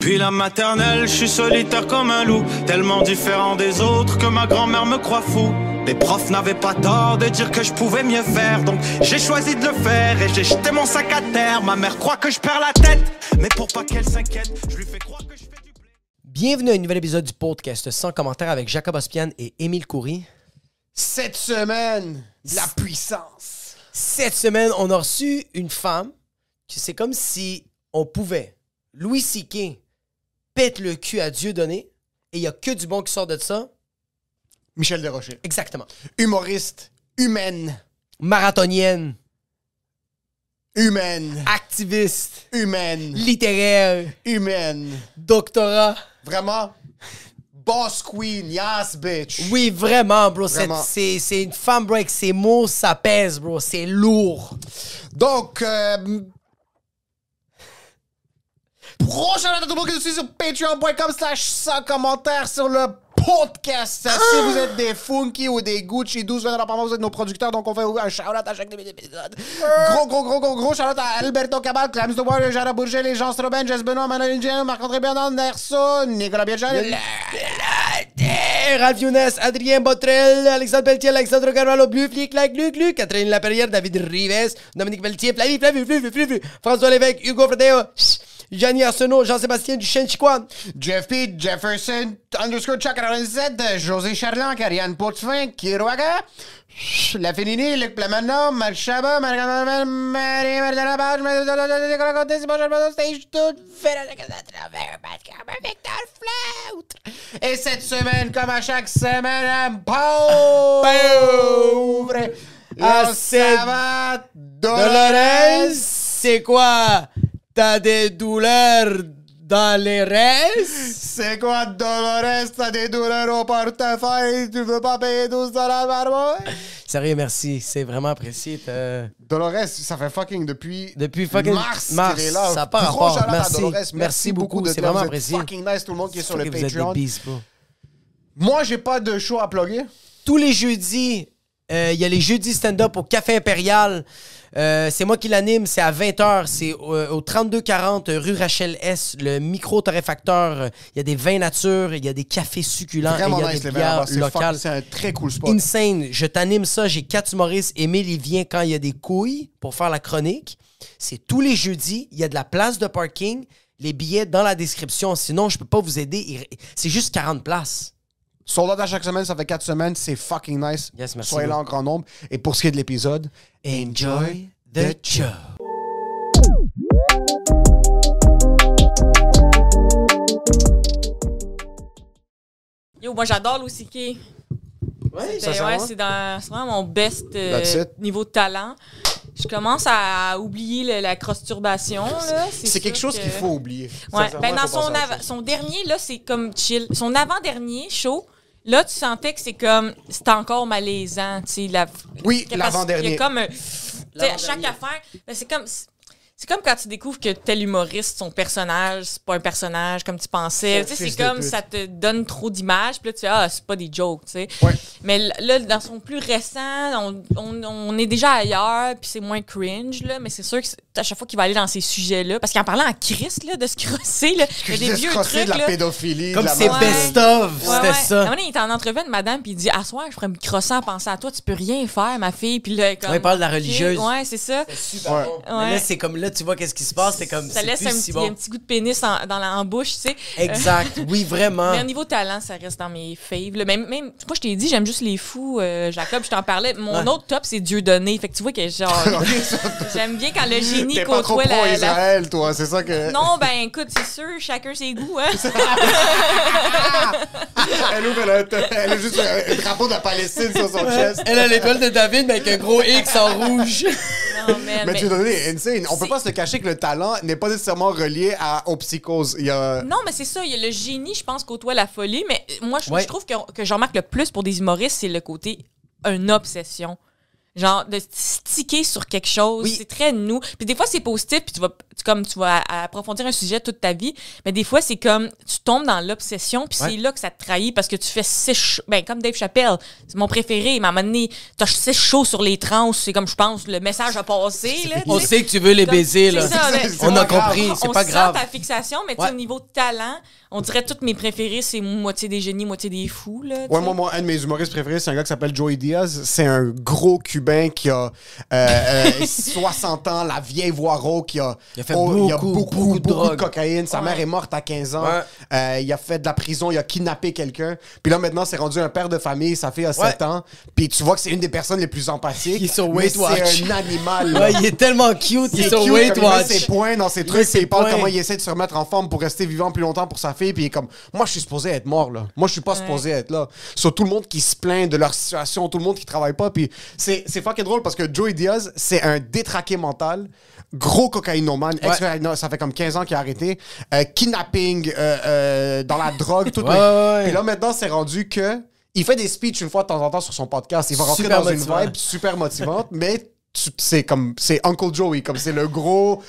Depuis la maternelle, je suis solitaire comme un loup, tellement différent des autres que ma grand-mère me croit fou. Les profs n'avaient pas tort de dire que je pouvais mieux faire, donc j'ai choisi de le faire et j'ai jeté mon sac à terre. Ma mère croit que je perds la tête, mais pour pas qu'elle s'inquiète, je lui fais croire que je fais du blé. Bienvenue à un nouvel épisode du podcast sans commentaire avec Jacob Ospian et Émile Coury. Cette semaine, de la puissance. Cette semaine, on a reçu une femme que c'est comme si on pouvait. Louis C.K. pète le cul à Dieu donné et il n'y a que du bon qui sort de ça. Michel Desrochers. Exactement. Humoriste, humaine, Marathonienne, humaine, activiste, humaine, littéraire, humaine. doctorat. Vraiment, boss queen, yes bitch. Oui, vraiment, bro. Vraiment. C'est une femme, bro, avec ses mots, ça pèse, bro. C'est lourd. Donc, gros shout-out à tout le monde qui nous suit sur patreon.com/100 commentaires sur le podcast. Si vous êtes des Funky ou des Gucci 12 $, par mois, vous êtes nos producteurs, donc on fait un shout-out à chaque épisode. Gros shout-out à Alberto Cabal, Clams de Bois, Jara Bourget, les Jean Stroben, Jess Benoît, Manuel Ingénieur, Marc-André Bernard, Nerso, Nicolas Biaggian, Ralph Younes, Adrien Botrel, Alexandre Pelletier, Alexandre Carvalho, Blu, Flic, Lac, Luc, Catherine Laperrière, David Rives, Dominique Pelletier, Flavie, François Lévesque, Hugo Fredéo, Gianni Arsenault, Jean-Sébastien Duchesne-Chicoine, Jeff P. Jefferson, _Chuck 97, José Charland, Ariane Potvin, Kiroaga, La Fénini, Luc Plamano, Marc Chabat, Marie-Martin Lapage, Nicolas Côté, Simon Charbonneau, Stage Tout, Félix Travers, Victor Flautre. Et cette semaine, comme à chaque semaine, pauvre à cette Dolores, c'est quoi? T'as des douleurs dans les restes? C'est quoi, Dolores? T'as des douleurs au portefeuille? Tu veux pas payer 12 $ par mois? Sérieux, merci. C'est vraiment apprécié. Dolores, ça fait fucking depuis fucking mars mars, qu'elle est là. ça a pas Gros rapport. shout-out à Merci. Dolores. Merci beaucoup. de C'est là. vraiment Vous êtes apprécié. fucking nice, tout le monde qui est sur le Vous êtes des Patreon. beasts, bro. Moi, j'ai pas de show à plugger. Tous les jeudis, il y a les jeudis stand-up au Café Impérial. C'est moi qui l'anime, c'est à 20h. C'est au 3240 rue Rachel S, le micro-torréfacteur. Il y a des vins nature, il y a des cafés succulents, Vraiment et il y a nice, des les bières verres. locales. C'est un très cool spot. Insane. Je t'anime ça. J'ai 4 humoristes. Émile, il vient quand il y a des couilles pour faire la chronique. C'est tous les jeudis. Il y a de la place de parking. Les billets dans la description. Sinon, je peux pas vous aider. C'est juste 40 places. Sold out à chaque semaine, ça fait 4 semaines. C'est fucking nice. Yes, merci Soyez là beaucoup. en grand nombre. Et pour ce qui est de l'épisode, Enjoy the show. Yo, moi j'adore Louis C.K. Ouais, C'est vraiment mon best That's it. niveau de talent. Je commence à oublier la cross-turbation. c'est sûr quelque chose que- qu'il faut oublier. Ouais. Sincèrement, Ben, il dans faut passer à autre chose. son dernier, là, c'est comme chill. Son avant-dernier show, là, tu sentais que c'était encore malaisant. Tu sais, Oui, parce l'avant-dernier. qu'il y a comme. Tu sais, à chaque affaire, ben, c'est comme quand tu découvres que tel humoriste, son personnage, c'est pas un personnage comme tu pensais. Tu sais, fils c'est de comme pute. ça te donne trop d'images, puis là, tu fais, c'est pas des jokes, tu sais. Ouais. Mais là, dans son plus récent, on est déjà ailleurs, puis c'est moins cringe, là, mais c'est sûr que à chaque fois qu'il va aller dans ces sujets-là, parce qu'il en parlait en Christ, là, de se crosser, là, il y a des vieux Crosser trucs, de la là. pédophilie. Comme de la c'est mort. best-of. Ouais, C'était ouais. ça. À un moment donné, il est en entrevue de madame, puis il dit, à soir, je ferais me crosser en pensant à toi, tu peux rien faire, ma fille. Puis là, comme, Ouais, il parle de la ok, religieuse. Ouais, c'est ça. Super Ouais. bon. Ouais. Mais là, c'est comme là, tu vois qu'est-ce qui se passe. C'est comme Ça c'est laisse plus un si petit, bon. un petit goût de pénis en bouche, tu sais. Exact. Oui, vraiment. Mais au niveau talent, ça reste dans mes faves. Là. Même, moi, je t'ai dit, j'aime juste les fous. Jacob, je t'en parlais. Mon Ouais. autre top, c'est Dieudonné. Fait que tu vois que genre, j'aime bien quand le génie T'es pas trop côtoie la... pro-Israël, toi. C'est ça que... Non, ben écoute, c'est sûr, chacun ses goûts. Hein? Elle ouvre, elle a juste un drapeau de la Palestine sur son chest. Elle a l'étoile de David, mais avec un gros X en rouge. Non, man, Mais tu es donné insane. On peut c'est- pas se le cacher que le talent n'est pas nécessairement relié aux psychoses. Il y a... Non, mais c'est ça. Il y a le génie, je pense, côtoie la folie. Mais moi, Ouais. je trouve que j'en remarque le plus pour des humoristes, c'est le côté une obsession. genre de sticker sur quelque chose. Oui. C'est très nous. Puis des fois, c'est positif, puis tu vas approfondir un sujet toute ta vie, mais des fois, c'est comme tu tombes dans l'obsession, puis c'est là que ça te trahit parce que tu fais 6 shows. Ben, comme Dave Chappelle, c'est mon préféré, mais à un moment donné, t'as 6 shows sur les trans, c'est comme je pense, le message a passé. Là, On sait que tu veux les baiser, là. Ça, on a compris, c'est pas grave. On sent ta fixation, mais tu sais, au niveau de talent, on dirait tous mes préférés, c'est moitié des génies, moitié des fous. Là, Ouais, moi, un de mes humoristes préférés, c'est un gars qui s'appelle Joey Diaz. C'est un gros Cubain qui a 60 ans, la vieille voix rauque, il a fait beaucoup de de drogue. cocaïne. Sa mère est morte à 15 ans. Ouais. Il a fait de la prison, il a kidnappé quelqu'un. Puis là, maintenant, c'est rendu un père de famille. Sa fille a 7 ans. Puis tu vois que c'est une des personnes les plus empathiques. Il est sur mais Weight Watch. c'est un animal. là. Ouais, il est tellement cute, il est sur cute, Weight comme il met Watch. ses points dans ses trucs, ses puis il parle points. comment il essaie de se remettre en forme pour rester vivant plus longtemps pour sa fille, puis il est comme, moi je suis supposé être mort là, moi je suis pas supposé être là. Sur tout le monde qui se plaint de leur situation, tout le monde qui travaille pas, puis c'est fucking drôle parce que Joey Diaz, c'est un détraqué mental, gros cocaïnomane, ça fait comme 15 ans qu'il a arrêté, kidnapping, dans la drogue, tout. Ouais. Puis là maintenant c'est rendu que il fait des speeches une fois de temps en temps sur son podcast, il va rentrer Super dans motivant. une vibe super motivante, mais c'est Uncle Joey, comme c'est le gros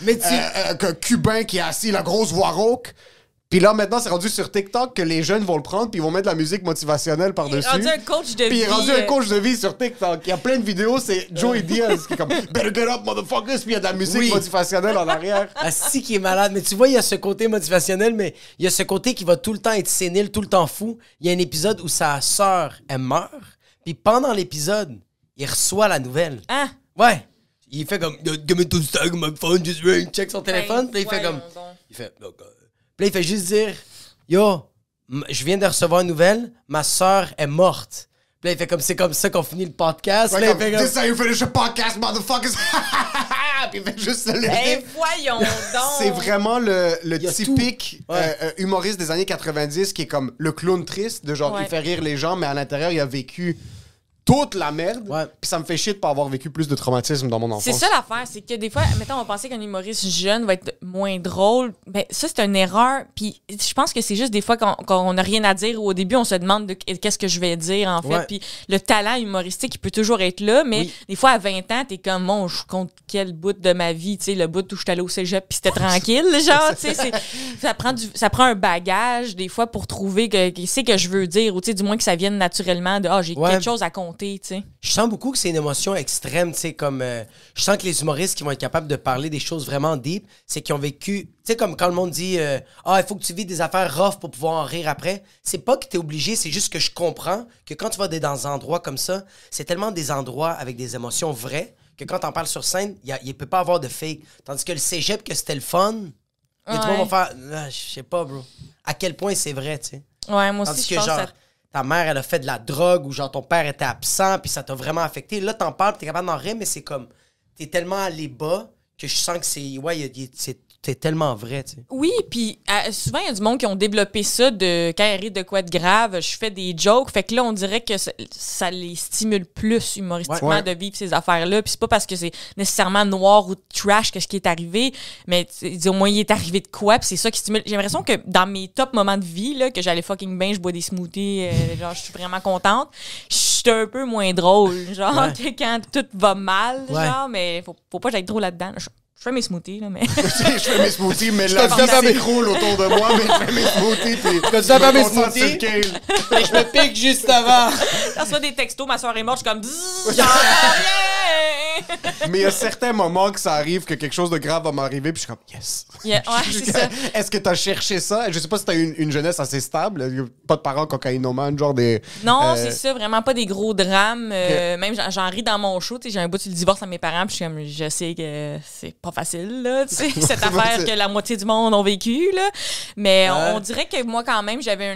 cubain qui est assis, la grosse voix rauque. Puis là, maintenant, c'est rendu sur TikTok que les jeunes vont le prendre puis ils vont mettre de la musique motivationnelle par-dessus. Il est rendu un coach de vie. Puis il est rendu un coach de vie sur TikTok. Il y a plein de vidéos, c'est Joey Diaz qui est comme « Better get up, motherfuckers! » Puis il y a de la musique motivationnelle en arrière. Asti qui est malade. Mais tu vois, il y a ce côté motivationnel, mais il y a ce côté qui va tout le temps être sénile, tout le temps fou. Il y a un épisode où sa sœur, elle meurt. Puis pendant l'épisode, il reçoit la nouvelle. Ah! Ouais. Il fait comme, give me to tag my phone, just ring, check son téléphone. Puis là, il fait comme, il fait, puis là, il fait juste dire, yo, je viens de recevoir une nouvelle, ma soeur est morte. Puis là, il fait comme, c'est comme ça qu'on finit le podcast. Ouais, Puis là, comme, il fait comme, This is how you finish a podcast, motherfuckers! Puis il fait juste se lever. Ben voyons donc! C'est vraiment le y a typique tout. Ouais. humoriste des années 90 qui est comme le clown triste, de genre, il fait rire les gens, mais à l'intérieur, il a vécu toute la merde. Ouais. Puis ça me fait chier de pas avoir vécu plus de traumatisme dans mon enfance. C'est ça l'affaire, c'est que des fois, mettons, on va penser qu'un humoriste jeune va être moins drôle. Ben, ça, c'est une erreur. Puis je pense que c'est juste des fois qu'on n'a rien à dire ou au début, on se demande qu'est-ce que je vais dire, en fait. Ouais. Puis le talent humoristique, il peut toujours être là, mais des fois, à 20 ans, t'es comme, bon, je compte quel bout de ma vie, tu sais, le bout où je suis allée au cégep puis c'était tranquille, genre, tu sais, ça prend un bagage, des fois, pour trouver qu'est-ce que je veux dire, ou tu sais, du moins que ça vienne naturellement de, j'ai quelque chose à compter. T'sais. Je sens beaucoup que c'est une émotion extrême, tu sais, comme... je sens que les humoristes qui vont être capables de parler des choses vraiment deep, c'est qu'ils ont vécu... Tu sais, comme quand le monde dit « il faut que tu vis des affaires rough pour pouvoir en rire après », c'est pas que t'es obligé, c'est juste que je comprends que quand tu vas dans des endroits comme ça, c'est tellement des endroits avec des émotions vraies que quand t'en parles sur scène, il peut pas avoir de fake. Tandis que le cégep, que c'était le fun, et tout le monde va faire « je sais pas, bro. » À quel point c'est vrai, tu sais. Ouais, moi Tandis aussi, que je pense genre... Ta mère, elle a fait de la drogue ou genre ton père était absent puis ça t'a vraiment affecté. Là, t'en parles, t'es capable d'en rire, mais c'est comme... T'es tellement allé bas que je sens que c'est... Ouais, c'est tellement vrai, tu sais. Oui, puis souvent, il y a du monde qui ont développé ça de quand il arrive de quoi de grave, je fais des jokes. Fait que là, on dirait que ça les stimule plus humoristiquement de vivre ces affaires-là. Puis c'est pas parce que c'est nécessairement noir ou trash que ce qui est arrivé, mais au moins, il est arrivé de quoi, puis c'est ça qui stimule. J'ai l'impression que dans mes top moments de vie, là, que j'allais fucking bien, je bois des smoothies, genre, je suis vraiment contente, je suis un peu moins drôle, genre, que quand tout va mal, genre, mais faut pas que j'aille trop là-dedans. Je fais mes smoothies, là, mais... je fais mes smoothies, mais la vie s'écroule autour de moi, mais je fais mes smoothies, puis... Quand tu vas faire mes me concentre sur smoothies, le kale. et je me pique juste avant. Je reçois des textos, ma soeur est morte, je suis comme... Genre, yeah! Mais il y a certains moments que ça arrive, que quelque chose de grave va m'arriver, puis je suis comme, yes! Yeah, ouais, c'est ça. Est-ce que t'as cherché ça? Je sais pas si t'as eu une jeunesse assez stable, pas de parents cocaïnomanes, genre des... Non, c'est ça, vraiment pas des gros drames. Même, j'en ris dans mon show, tu sais, j'ai un bout sur le divorce à mes parents, puis je suis comme, je sais que c'est pas facile, là, tu sais, cette affaire que la moitié du monde ont vécu, là. Mais on dirait que moi, quand même, j'avais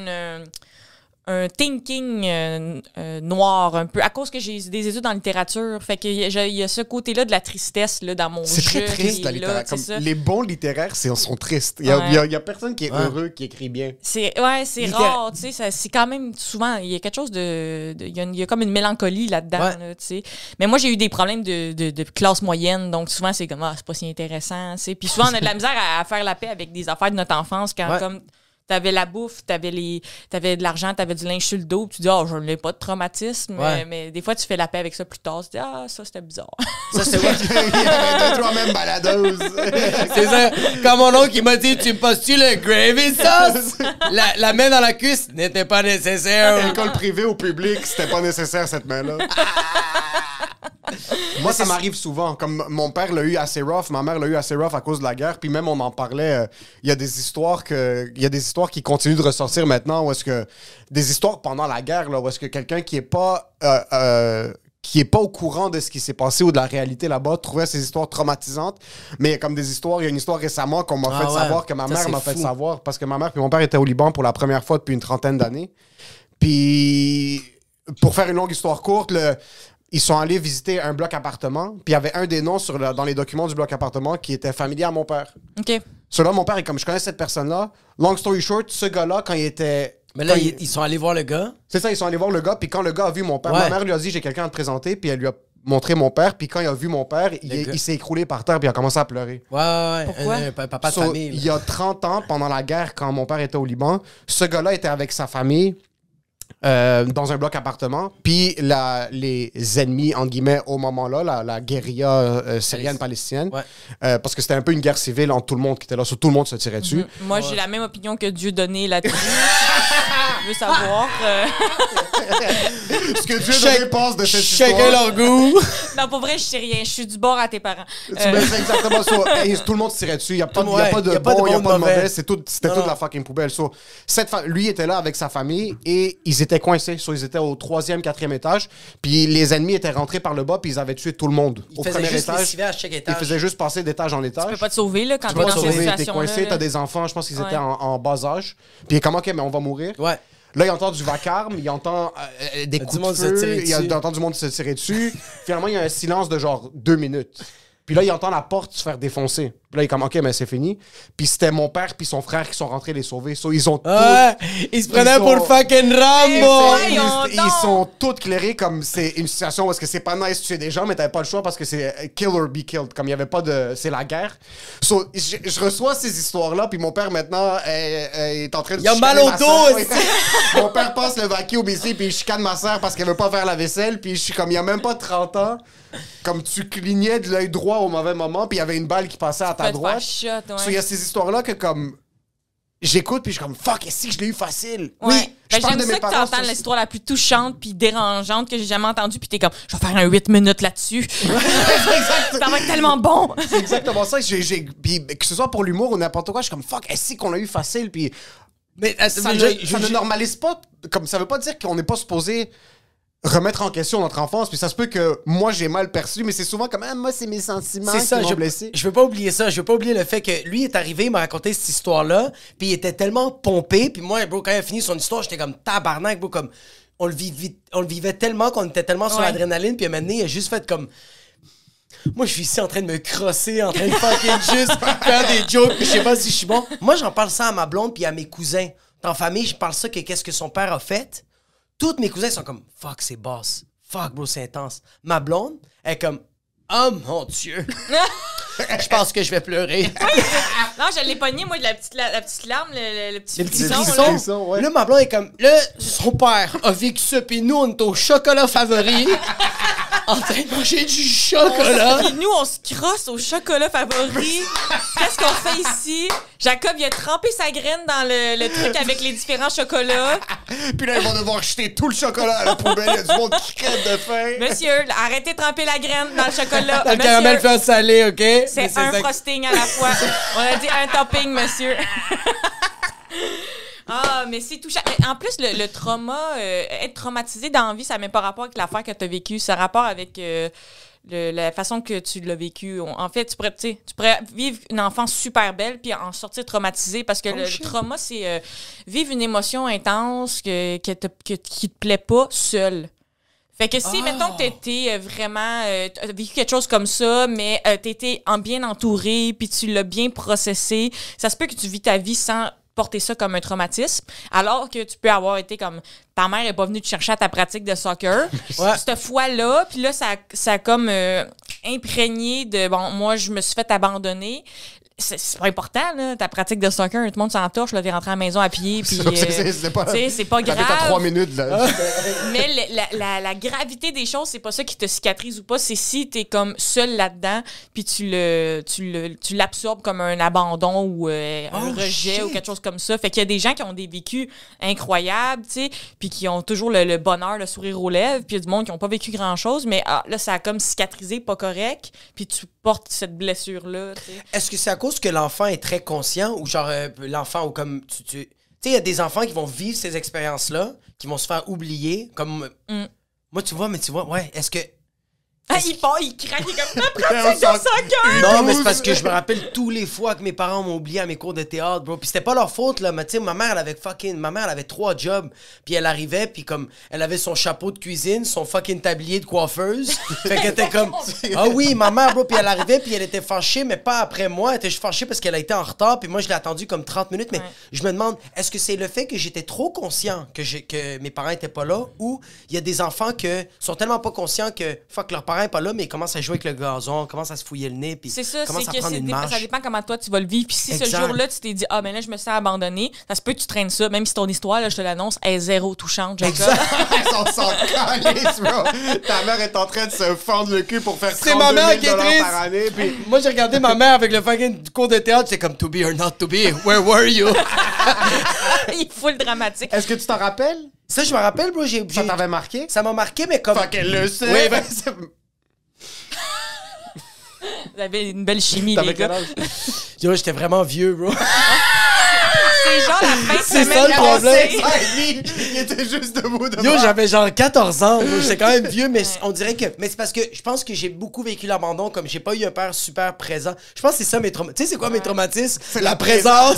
un thinking noir un peu, à cause que j'ai des études en littérature. Fait qu'il y a ce côté-là de la tristesse là, dans mon jeu. C'est très triste, la littérature. Les bons littéraires sont tristes. Il y a personne qui est heureux qui écrit bien. C'est rare, tu sais. C'est quand même souvent, il y a quelque chose de il y a comme une mélancolie là-dedans, là, tu sais. Mais moi, j'ai eu des problèmes de classe moyenne, donc souvent, c'est comme, c'est pas si intéressant, tu sais. Puis souvent, on a de la misère à faire la paix avec des affaires de notre enfance quand, comme... T'avais la bouffe, t'avais de l'argent, t'avais du linge sur le dos. Tu dis, je n'ai pas de traumatisme. Mais des fois, tu fais la paix avec ça plus tard. Tu dis, ça, c'était bizarre. Ça, c'est vrai. Il y avait 2-3 mêmes baladeuses. C'est ça. Comme mon oncle, il m'a dit, tu me passes-tu le gravy sauce? La main dans la cuisse n'était pas nécessaire. À l'école privée ou publique, c'était pas nécessaire, cette main-là. Moi, ça m'arrive souvent. Comme mon père l'a eu assez rough, ma mère l'a eu assez rough à cause de la guerre. Puis même, on en parlait. Il y a des histoires qui continuent de ressortir maintenant. Où est-ce que des histoires pendant la guerre, là, où est-ce que quelqu'un qui est pas au courant de ce qui s'est passé ou de la réalité là-bas trouvait ces histoires traumatisantes. Mais il y a comme des histoires. Il y a une histoire récemment qu'on m'a fait savoir, que ma mère m'a fait savoir, parce que ma mère et mon père étaient au Liban pour la première fois depuis une trentaine d'années. Puis, pour faire une longue histoire courte, ils sont allés visiter un bloc appartement, puis il y avait un des noms dans les documents du bloc appartement qui était familier à mon père. OK. Là, mon père est comme, je connais cette personne-là. Long story short, ce gars-là, quand il était... Mais là, ils sont allés voir le gars. C'est ça, ils sont allés voir le gars, puis quand le gars a vu mon père, ma mère lui a dit, j'ai quelqu'un à te présenter, puis elle lui a montré mon père, puis quand il a vu mon père, il s'est écroulé par terre, puis il a commencé à pleurer. Ouais. Pourquoi? Papa de famille. Il y a 30 ans, pendant la guerre, quand mon père était au Liban, ce gars-là était avec sa famille... dans un bloc appartement, puis les ennemis, en guillemets, au moment-là, la guérilla syrienne-palestinienne, parce que c'était un peu une guerre civile entre tout le monde qui était là, tout le monde se tirait dessus. Moi, j'ai la même opinion que Dieu donné là-dessus. Je veux savoir. Ce que Dieu donné pense de cette histoire. Chacun leur goût. Non, pour vrai, je sais rien. Je suis du bord à tes parents. C'est exactement ça. Hey, tout le monde se tirait dessus. Il n'y a pas de bon, il n'y a pas de mauvais. C'était toute la fucking poubelle. Lui était là avec sa famille et ils étaient coincés. Ils étaient au 3e, 4e étage. Puis les ennemis étaient rentrés par le bas puis ils avaient tué tout le monde. Au premier étage. À chaque étage. Ils faisaient juste passer d'étage en étage. Tu peux pas te sauver là, quand tu t'es vas dans te cette sauver, t'es situation-là. coincé, t'as des enfants, je pense qu'ils étaient en bas âge. Puis comment, OK, mais on va mourir. Ouais. Là, il entend du vacarme, il entend des coups de feu, il entend du monde se tirer dessus. Finalement, il y a un silence de genre 2 minutes. Puis là, il entend la porte se faire défoncer. Puis là, il est comme, OK, mais c'est fini. Puis c'était mon père puis son frère qui sont rentrés les sauver. Ils ont ils se prenaient pour le fucking Rambo! Ils sont tous clairés comme c'est une situation où est-ce que c'est pas nice de tuer des gens, mais t'avais pas le choix parce que c'est kill or be killed. Comme il y avait pas de... C'est la guerre. Je reçois ces histoires-là, puis mon père, maintenant, est en train de... Il a mal au dos aussi! Mon père passe le vacuum ici, puis il chicane ma sœur parce qu'elle veut pas faire la vaisselle, puis je suis comme, il y a même pas 30 ans, comme tu clignais de l'œil droit au mauvais moment, puis il y avait une balle qui passait à ta droite. Il y a ces histoires-là que comme... J'écoute puis je suis comme fuck, est-ce que je l'ai eu facile? Ouais. Oui. J'aime ça que t'entends l'histoire la plus touchante puis dérangeante que j'ai jamais entendue puis t'es comme je vais faire un 8 minutes là-dessus. Ça va être tellement bon. C'est exactement ça. Puis que ce soit pour l'humour ou n'importe quoi, je suis comme fuck, est-ce qu'on l'a eu facile? Puis mais ça ne normalise pas, comme ça veut pas dire qu'on n'est pas supposé remettre en question notre enfance, puis ça se peut que moi j'ai mal perçu, mais c'est souvent comme moi c'est mes sentiments qui m'ont blessé. Je veux pas oublier ça, je veux pas oublier le fait que lui est arrivé, il m'a raconté cette histoire-là, puis il était tellement pompé, puis moi bro, quand il a fini son histoire, j'étais comme tabarnak, bro, comme on le vivait tellement qu'on était tellement sur l'adrénaline, puis maintenant il a juste fait comme moi, je suis ici en train de me crosser, en train de fucking juste faire des jokes, puis je sais pas si je suis bon. Moi, j'en parle ça à ma blonde puis à mes cousins. En famille, je parle ça que qu'est-ce que son père a fait. Tous mes cousins sont comme « Fuck, c'est boss. Fuck, bro, c'est intense. » Ma blonde est comme « Oh mon Dieu. Je pense que je vais pleurer. » Non, je l'ai pogné, moi, de la petite larme, le petit frisson. Ouais. Là, ma blonde est comme « Là, son père a vécu ça, puis nous, on est au chocolat favori. » En train de manger du chocolat. Puis nous, on se crosse au chocolat favori. Qu'est-ce qu'on fait ici? Jacob, il a trempé sa graine dans le truc avec les différents chocolats. Puis là, ils vont devoir jeter tout le chocolat à la poubelle. Il y a du monde qui crève de faim. Monsieur, arrêtez de tremper la graine dans le chocolat. Dans le caramel fait salé, OK? C'est un frosting à la fois. On a dit un topping, monsieur. Ah, mais c'est touchant. En plus, le trauma, être traumatisé dans la vie, ça n'a même pas rapport avec l'affaire que tu as vécue. Ça a rapport avec la façon que tu l'as vécu. En fait, tu pourrais vivre une enfance super belle puis en sortir traumatisé parce que le trauma, c'est vivre une émotion intense qui te plaît pas seul. Fait que si, mettons que t'étais vraiment... t'as vécu quelque chose comme ça, mais t'étais bien entouré puis tu l'as bien processé, ça se peut que tu vis ta vie sans porter ça comme un traumatisme, alors que tu peux avoir été comme ta mère est pas venue te chercher à ta pratique de soccer. Cette fois-là, puis là, ça a comme imprégné de bon, moi, je me suis fait abandonner. c'est pas important, là, ta pratique de soccer, tout le monde s'en torche, là, t'es rentré à la maison à pied, puis c'est pas grave. T'as 3 minutes, là. Mais la gravité des choses, c'est pas ça qui te cicatrise ou pas, c'est si t'es comme seul là-dedans, puis tu l'absorbes comme un abandon ou un rejet ou quelque chose comme ça. Fait qu'il y a des gens qui ont des vécus incroyables, tu sais, puis qui ont toujours le bonheur, le sourire aux lèvres, puis il y a du monde qui ont pas vécu grand-chose, mais là, ça a comme cicatrisé, pas correct, puis tu portes cette blessure-là, tu sais. Est-ce que c'est à cause que l'enfant est très conscient ou genre l'enfant ou comme tu sais, il y a des enfants qui vont vivre ces expériences-là, qui vont se faire oublier, comme moi, tu vois, ouais, est-ce que... il part, il craque, il est comme « pratique de soccer! » Non, mais c'est parce que je me rappelle tous les fois que mes parents m'ont oublié à mes cours de théâtre, bro. Puis c'était pas leur faute, là. Mais tu sais, ma mère, elle avait 3 jobs. Puis elle arrivait, puis comme, elle avait son chapeau de cuisine, son fucking tablier de coiffeuse. Fait qu'elle était comme, ah oui, ma mère, bro. Puis elle arrivait, puis elle était fâchée, mais pas après moi. Elle était juste fâchée parce qu'elle a été en retard. Puis moi, je l'ai attendu comme 30 minutes. Mais je me demande, est-ce que c'est le fait que j'étais trop conscient que mes parents étaient pas là, ou il y a des enfants qui sont tellement pas conscients que, leurs parents sont pas là, mais ils commencent à jouer avec le gazon, commencent à se fouiller le nez, puis c'est ça, commencent c'est à prendre une marche. Ça dépend comment toi tu vas le vivre. Puis si ce jour-là, tu t'es dit, ah, ben là, je me sens abandonné, ça se peut que tu traînes ça, même si ton histoire, là, je te l'annonce, est zéro touchante, Jacob. Ils s'en calissent, bro. Ta mère est en train de se fendre le cul pour faire 32 000 ma mère qui est triste par année. Puis... Moi, j'ai regardé ma mère avec le fucking cours de théâtre, c'est comme to be or not to be, where were you? Il faut le dramatique. Est-ce que tu t'en rappelles? Ça, je me rappelle, bro. Ça t'avait marqué? Ça m'a marqué, mais comme... Fait qu'elle le sait. Oui, ben... Vous avez une belle chimie, les gars. Yo, j'étais vraiment vieux, bro. C'est genre la fin de C'est semaine. ça le problème. Il était juste debout devant. Yo, j'avais genre 14 ans. J'étais quand même vieux, mais on dirait que... Mais c'est parce que je pense que j'ai beaucoup vécu l'abandon, comme j'ai pas eu un père super présent. Je pense que c'est ça mes traumatismes. Tu sais, c'est quoi mes traumatismes? C'est la présence.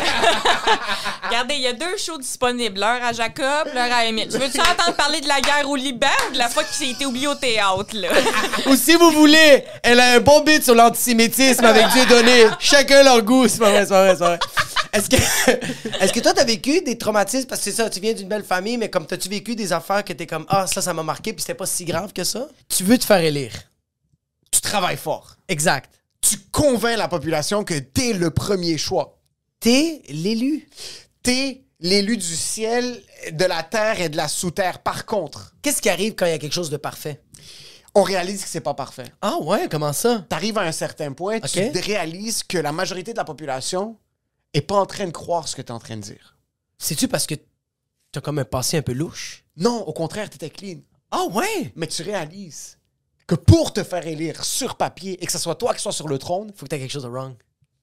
Regardez, il y a 2 shows disponibles. L'heure à Jacob, l'heure à Émile. Tu veux-tu entendre parler de la guerre au Liban ou de la fois qu'il s'est été oublié au théâtre, là? Ou si vous voulez, elle a un bon bit sur l'antisémitisme avec Dieudonné. Chacun leur goût. C'est pas vrai. Est-ce que toi, t'as vécu des traumatismes? Parce que c'est ça, tu viens d'une belle famille, mais comme t'as-tu vécu des affaires que t'es comme, ah, ça m'a marqué, puis c'était pas si grave que ça? Tu veux te faire élire. Tu travailles fort. Exact. Tu convaincs la population que t'es le premier choix. T'es l'élu. T'es l'élu du ciel, de la terre et de la sous-terre. Par contre... Qu'est-ce qui arrive quand il y a quelque chose de parfait? On réalise que c'est pas parfait. Ah ouais, comment ça? T'arrives à un certain point, tu réalises que la majorité de la population est pas en train de croire ce que t'es en train de dire. C'est-tu parce que t'as comme un passé un peu louche? Non, au contraire, t'étais clean. Ah ouais? Mais tu réalises que pour te faire élire sur papier et que ce soit toi qui sois sur le trône, faut que t'aies quelque chose de wrong.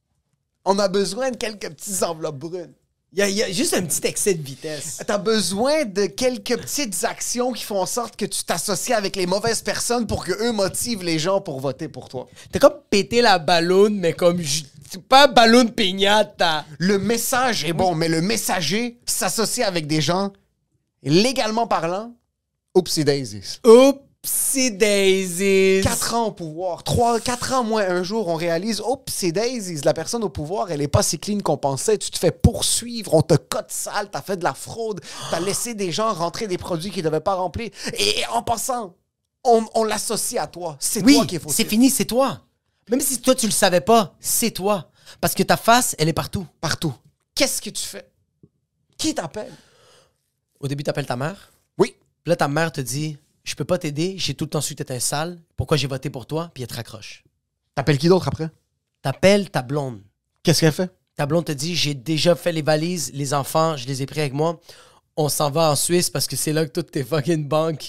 On a besoin de quelques petites enveloppes brunes. Il y a juste un petit excès de vitesse. T'as besoin de quelques petites actions qui font en sorte que tu t'associes avec les mauvaises personnes pour que eux motivent les gens pour voter pour toi. T'as comme pété la ballonne, mais comme... pas ballon piñata. Le message est bon, mais le messager s'associe avec des gens, légalement parlant, oupsie daisies. Oupsie daisies. 4 ans au pouvoir. 4 ans moins un jour, on réalise, oupsie daisies, la personne au pouvoir, elle est pas si clean qu'on pensait. Tu te fais poursuivre, on te cote sale, t'as fait de la fraude, t'as laissé des gens rentrer des produits qu'ils devaient pas remplir. Et en passant, on l'associe à toi. C'est toi qui est fautif. C'est fini, c'est toi. Même si toi, tu le savais pas, c'est toi. Parce que ta face, elle est partout. Partout. Qu'est-ce que tu fais? Qui t'appelle? Au début, t'appelles ta mère. Oui. Puis là, ta mère te dit, je peux pas t'aider, j'ai tout le temps su que t'étais un sale. Pourquoi j'ai voté pour toi? Puis elle te raccroche. T'appelles qui d'autre après? T'appelles ta blonde. Qu'est-ce qu'elle fait? Ta blonde te dit, j'ai déjà fait les valises, les enfants, je les ai pris avec moi. On s'en va en Suisse parce que c'est là que toutes tes fucking banques,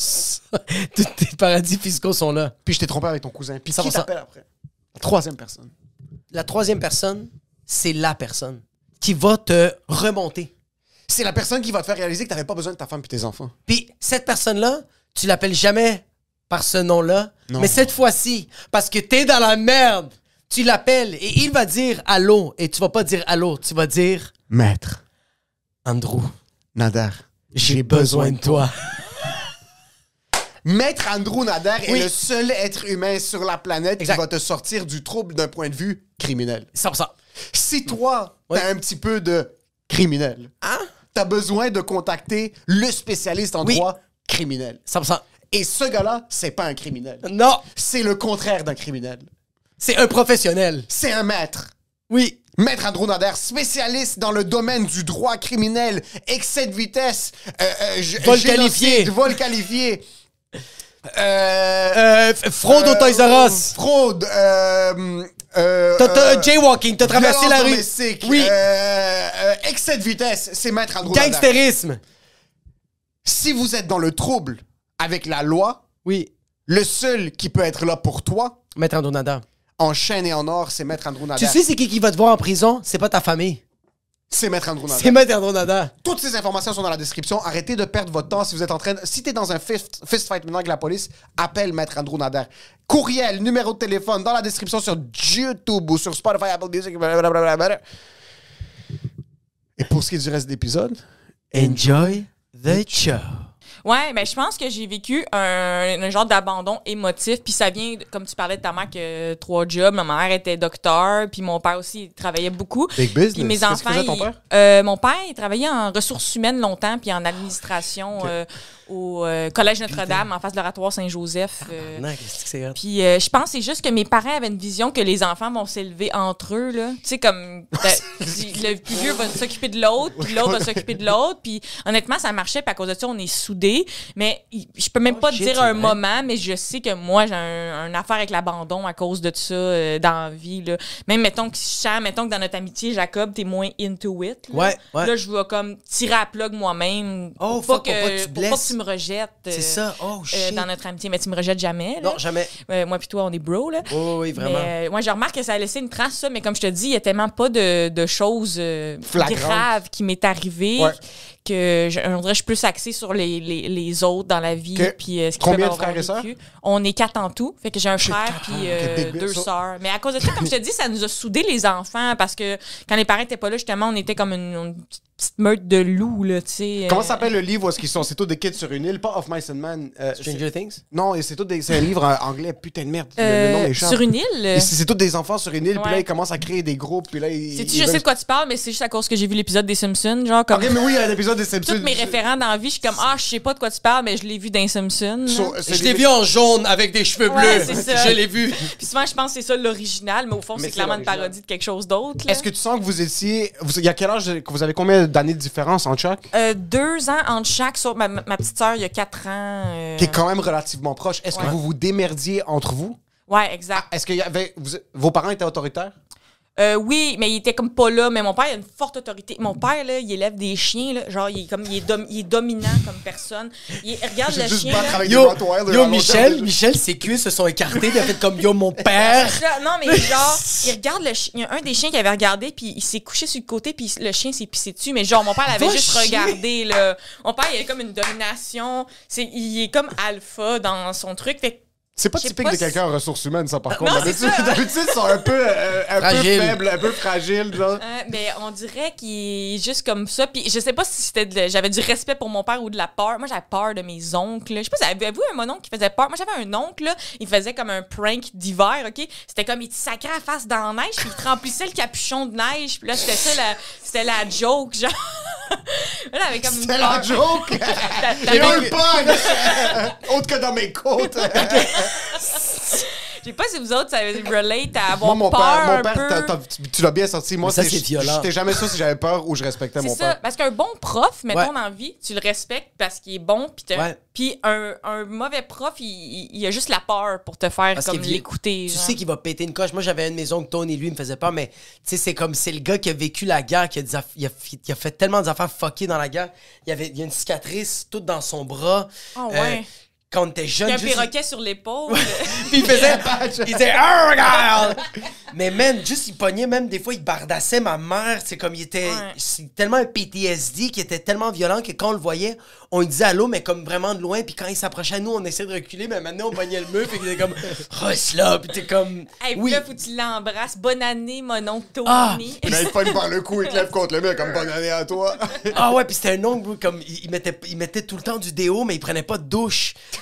tous tes paradis fiscaux sont là. Puis je t'ai trompé avec ton cousin. Puis qui t'appelle après? La troisième personne, c'est la personne qui va te remonter. C'est la personne qui va te faire réaliser que t'avais pas besoin de ta femme et tes enfants. Puis cette personne-là, tu l'appelles jamais par ce nom-là, mais cette fois-ci, parce que t'es dans la merde, tu l'appelles et il va dire allô, et tu vas pas dire allô, tu vas dire Maître Andrew Nader, j'ai besoin de toi. Maître Andrew Nader est le seul être humain sur la planète qui va te sortir du trouble d'un point de vue criminel. 100%. Si toi, t'as un petit peu de criminel, t'as besoin de contacter le spécialiste en droit criminel. 100%. Et ce gars-là, c'est pas un criminel. Non. C'est le contraire d'un criminel. C'est un professionnel. C'est un maître. Oui. Maître Andrew Nader, spécialiste dans le domaine du droit criminel, excès de vitesse, vol qualifié. Fraude au Toys R Us. Fraude. Jaywalking, t'as traversé la rue. Domestique, Oui. excès de vitesse, c'est Maître Andrew Nader. Gangsterisme. Si vous êtes dans le trouble avec la loi, Oui. le seul qui peut être là pour toi, Maître Andrew Nader. en chaîne et en or, c'est Maître Andrew Nader. Tu sais c'est qui va te voir en prison? C'est pas ta famille. C'est Maître Andrew Nader. C'est Maître Andrew Nader. Toutes ces informations sont dans la description. Arrêtez de perdre votre temps si vous êtes en train de... Si t'es dans un fist fight maintenant avec la police, appelle Maître Andrew Nader. Courriel, numéro de téléphone, dans la description sur YouTube ou sur Spotify, Apple Music, blablabla. Et pour ce qui est du reste de l'épisode... Enjoy the show. Ouais, ben je pense que j'ai vécu un genre d'abandon émotif. Puis ça vient, comme tu parlais de ta mère, que 3 jobs. Ma mère était docteur, puis mon père aussi, il travaillait beaucoup. Big business. Puis mes Qu'est-ce enfants, que faisait ton père? mon père, il travaillait en ressources humaines longtemps, puis en administration au Collège Notre-Dame, en face de l'oratoire Saint-Joseph. Non, qu'est-ce que c'est hot? Puis je pense que c'est juste que mes parents avaient une vision que les enfants vont s'élever entre eux, là. Tu sais, comme le plus vieux va s'occuper de l'autre, puis l'autre va s'occuper de l'autre. Puis honnêtement, ça marchait, puis à cause de ça, on est soudés. Mais je peux même pas te dire un moment, mais je sais que moi, j'ai un affaire avec l'abandon à cause de ça dans la vie, là. Même, mettons que dans notre amitié, Jacob, t'es moins into it. Là. Ouais. Là, je vais comme tirer à plug moi-même. Oh, pour fuck, pour pas que tu pour pas blesses. que tu me rejettes. C'est ça. Oh, shit. Dans notre amitié. Mais tu me rejettes jamais. Là. Non, jamais. Moi puis toi, on est bro, là. Oh, oui, vraiment. Mais, moi, je remarque que ça a laissé une trace, ça. Mais comme je te dis, il y a tellement pas de choses graves qui m'est arrivé que on dirait que je suis plus axée sur les autres dans la vie. Puis, ce combien de frères et sœurs? On est 4 en tout. Fait que j'ai un frère puis 2 sœurs. Mais à cause de ça, comme je te dis, ça nous a soudés les enfants parce que quand les parents étaient pas là, justement, on était comme une petite meute de loups, là, tu sais. Comment s'appelle le livre où est-ce qu'ils sont? C'est tous des kids sur une île, pas Of Mice and Men. Stranger Things? Non, c'est un livre anglais, putain de merde. Le nom m'échappe. Sur une île? C'est tous des enfants sur une île, puis là, ils commencent à créer des groupes, puis là, Sais-tu, je sais de quoi tu parles, mais c'est juste à cause que j'ai vu l'épisode des Simpsons, genre comme... Ok, mais oui, il y a un épisode des Simpsons. Tous mes référents dans la vie, je suis comme, je sais pas de quoi tu parles, mais je l'ai vu dans les Simpsons. Je l'ai vu en jaune avec des cheveux bleus. C'est ça. Je l'ai vu. Puis souvent, je pense que c'est ça l'original, mais au fond, c'est clairement une parodie de quelque chose d'autre. Est-ce que tu sens que vous étiez... Il y a quel âge... Vous avez combien d'années de différence entre chaque? 2 ans entre chaque, sauf ma petite sœur, il y a 4 ans. Qui est quand même relativement proche. Est-ce que vous vous démerdiez entre vous? Ouais, exact. Est-ce que vos parents étaient autoritaires? Oui, mais il était comme pas là. Mais mon père, il a une forte autorité. Mon père, là, il élève des chiens, là. Genre, il est dominant comme personne. Il regarde le chien. Là. Yo, Michel, ses cuisses se sont écartées. Il a fait comme yo, mon père. Non, mais genre, il regarde le chien. Il y a un des chiens qui avait regardé, puis il s'est couché sur le côté, puis le chien s'est pissé dessus. Mais genre, mon père l'avait juste regardé, là. Mon père, il a comme une domination. Il est comme alpha dans son truc. Fait c'est pas typique de quelqu'un en ressources humaines, ça, par contre. Non, D'habitude, ils sont un peu faibles, un peu fragiles, genre. Mais on dirait qu'il est juste comme ça. Puis je sais pas si j'avais du respect pour mon père ou de la peur. Moi, j'avais peur de mes oncles. Je sais pas si avez-vous un oncle qui faisait peur. Moi, j'avais un oncle, là, il faisait comme un prank d'hiver, OK? C'était comme, il te sacrait la face dans la neige, puis il te remplissait le capuchon de neige. Puis là, c'était la joke, genre. Là, avec comme c'était la joke! J'ai eu peur! Autre que dans mes côtes! Je sais pas si vous autres, ça relate à avoir mon peur père, tu l'as bien sorti. Moi, c'est violent. J'étais jamais sûr si j'avais peur ou je respectais mon père. Parce qu'un bon prof, mettons dans la vie, tu le respectes parce qu'il est bon, puis un mauvais prof, il a juste la peur pour te faire parce comme l'écouter. Tu sais qu'il va péter une coche. Moi, j'avais un de mes oncles, Tony, lui, il me faisait peur, mais tu sais, c'est le gars qui a vécu la guerre, qui a fait tellement d'affaires fuckées dans la guerre. Il y a une cicatrice toute dans son bras. Oh, ouais. Quand on était jeune. Il y a un perroquet sur l'épaule. Puis il faisait. Il disait, oh, regarde! Mais man, juste il pognait, même des fois, il bardassait ma mère. C'est comme il était. C'est tellement un PTSD qui était tellement violent que quand on le voyait, on lui disait allô, mais comme vraiment de loin. Puis quand il s'approchait à nous, on essayait de reculer. Mais maintenant, on pognait le mur. Puis il était comme, reste là. Puis t'es comme. Hey, oui. Là, faut que tu l'embrasses. Bonne année, mon oncle Tony. Il n'arrive pas par le cou, il te lève contre le mur comme bonne année à toi. Ouais, puis c'était un oncle, comme il mettait tout le temps du déo, mais il prenait pas de douche.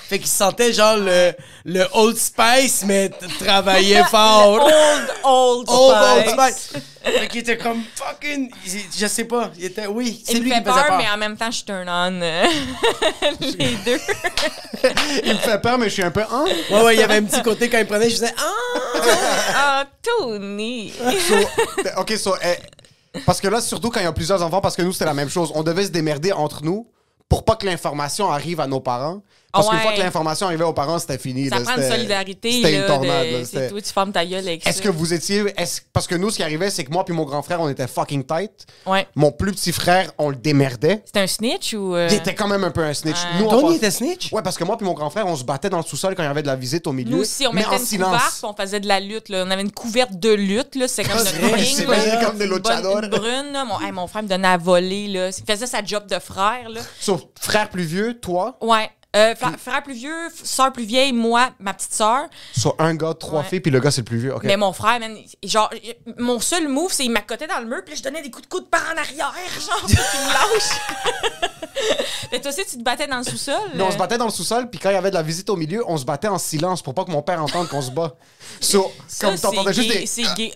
Fait qu'il sentait genre le Old Spice, mais travaillait fort. Old Spice. Fait qu'il était comme fucking... Je sais pas. Il était... Oui, c'est il lui me qui fait me faisait peur, peur. mais en même temps, je turn on les deux. Il me fait peur, mais je suis un peu... Hein? Ouais, il y avait un petit côté quand il prenait, je faisais... Ah, Tony! OK, parce que là, surtout quand il y a plusieurs enfants, parce que nous, c'était la même chose. On devait se démerder entre nous pour pas que l'information arrive à nos parents. Parce qu'une fois que l'information arrivait aux parents, c'était fini. Ça là, prend une solidarité. C'était une là, tornade. c'est toi, tu fermes ta gueule avec Est-ce ça. que vous étiez... Parce que nous, ce qui arrivait, c'est que moi puis mon grand frère, on était fucking tight. Ouais. Mon plus petit frère, on le démerdait. C'était un snitch ou... Il était quand même un peu un snitch. Ouais. Nous, on Tony pense- était snitch? Ouais, parce que moi puis mon grand frère, on se battait dans le sous-sol quand il y avait de la visite au milieu. Nous aussi, on mais mettait en une silence. couverte, puis on faisait de la lutte. Là. On avait une couverte de lutte. Là. C'est comme Ah, notre c'est vrai, ring. c'est là. vrai, comme des Une luchadors. bonne- une brune. Là. Mon frère me donnait à voler. Là. Il faisait sa job de frère. Là. Sauf frère plus vieux, toi, Ouais. Frère plus vieux, sœur plus vieille, moi, ma petite sœur. sur un gars, 3 Ouais. filles, puis le gars, c'est le plus vieux. OK. Mais mon frère, man, genre, mon seul move, c'est qu'il m'accotait dans le mur, puis là, je donnais des coups de coude par en arrière, genre, pour qu'il me lâche. Mais toi aussi, tu te battais dans le sous-sol? Mais on se battait dans le sous-sol, puis quand il y avait de la visite au milieu, on se battait en silence pour pas que mon père entende qu'on se bat. Ça, Comme t'entendais c'est juste gay, des... c'est gay.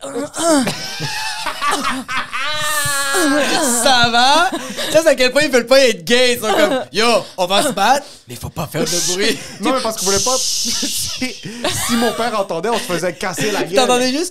Ça va? Ça, c'est à quel point ils veulent pas être gays. Ils sont comme, yo, on va se battre, mais faut pas faire de bruit. Non, mais parce qu'on voulait pas... si mon père entendait, on se faisait casser la gueule. T'entendais juste...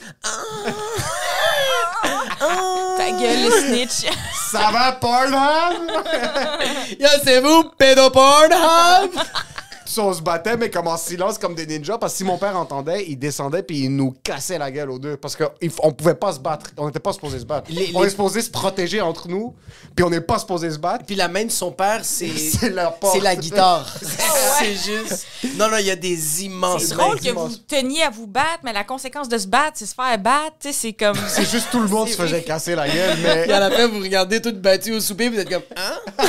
Ta gueule, le snitch. Ça va, Pornhub? Yo, c'est vous, pédopornhub? Ça, on se battait, mais comme en silence, comme des ninjas, parce que si mon père entendait, il descendait puis il nous cassait la gueule aux deux. Parce qu'on pouvait pas se battre. On n'était pas supposé se battre. On est supposé se protéger entre nous, puis on n'est pas supposé se battre. Puis la main de son père, c'est leur porte. c'est la guitare. C'est juste... Non, il y a des immenses C'est mains. drôle que vous teniez à vous battre, mais la conséquence de se battre, c'est se faire battre. Tu sais, c'est comme. C'est juste tout le monde se faisait casser la gueule, Puis à mais... la fin, vous regardez tout battu au souper, vous êtes comme... Hein?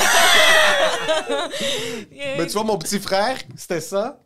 Mais tu vois, mon petit frère, c'était ça.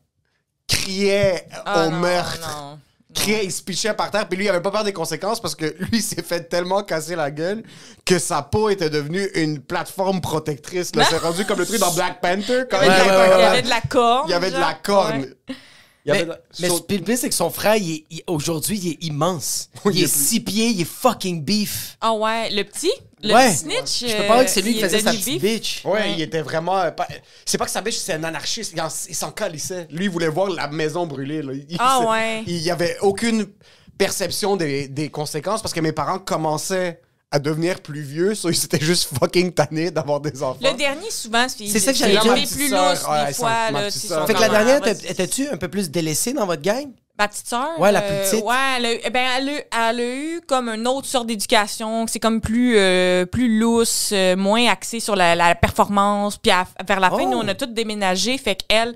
Criait Ah, au non, meurtre. non. Criait, il se pichait par terre, puis lui, il avait pas peur des conséquences parce que lui, il s'est fait tellement casser la gueule que sa peau était devenue une plateforme protectrice. Là, c'est rendu comme le truc dans Black Panther. Quand Il y il avait, était il y comme- avait de la corne. Il y avait de la genre. corne. Ouais. Il y avait Mais, de la- mais So- le pire, c'est que son frère, aujourd'hui, il est immense. Oui, il il est est plus- 6 pieds, il est fucking beef. Ah ouais, le petit? Le Ouais. petit snitch? Je peux pas dire que c'est lui il qui est faisait sa devenu petite beef. bitch. Ouais, il était vraiment... C'est pas que sa bitch, c'est un anarchiste. Il s'en calissait. Lui, il voulait voir la maison brûler. Là. Ah ouais. Il y avait aucune perception des conséquences parce que mes parents commençaient à devenir plus vieux. So ils étaient juste fucking tannés d'avoir des enfants. Le dernier, souvent, c'est ça que j'allais dire. Ma les petite plus sœur, lousses, ouais, des ça, fois. ma Là, petite tu sœur. sont Fait que la comme, dernière, vas-y. étais-tu un peu plus délaissée dans votre gang? Ma petite sœur? Ouais, la plus petite. Ouais, elle a eu comme une autre sorte d'éducation, que c'est comme plus lousse, moins axé sur la performance. Puis vers la fin, Oh. nous, on a tous déménagé, fait qu'elle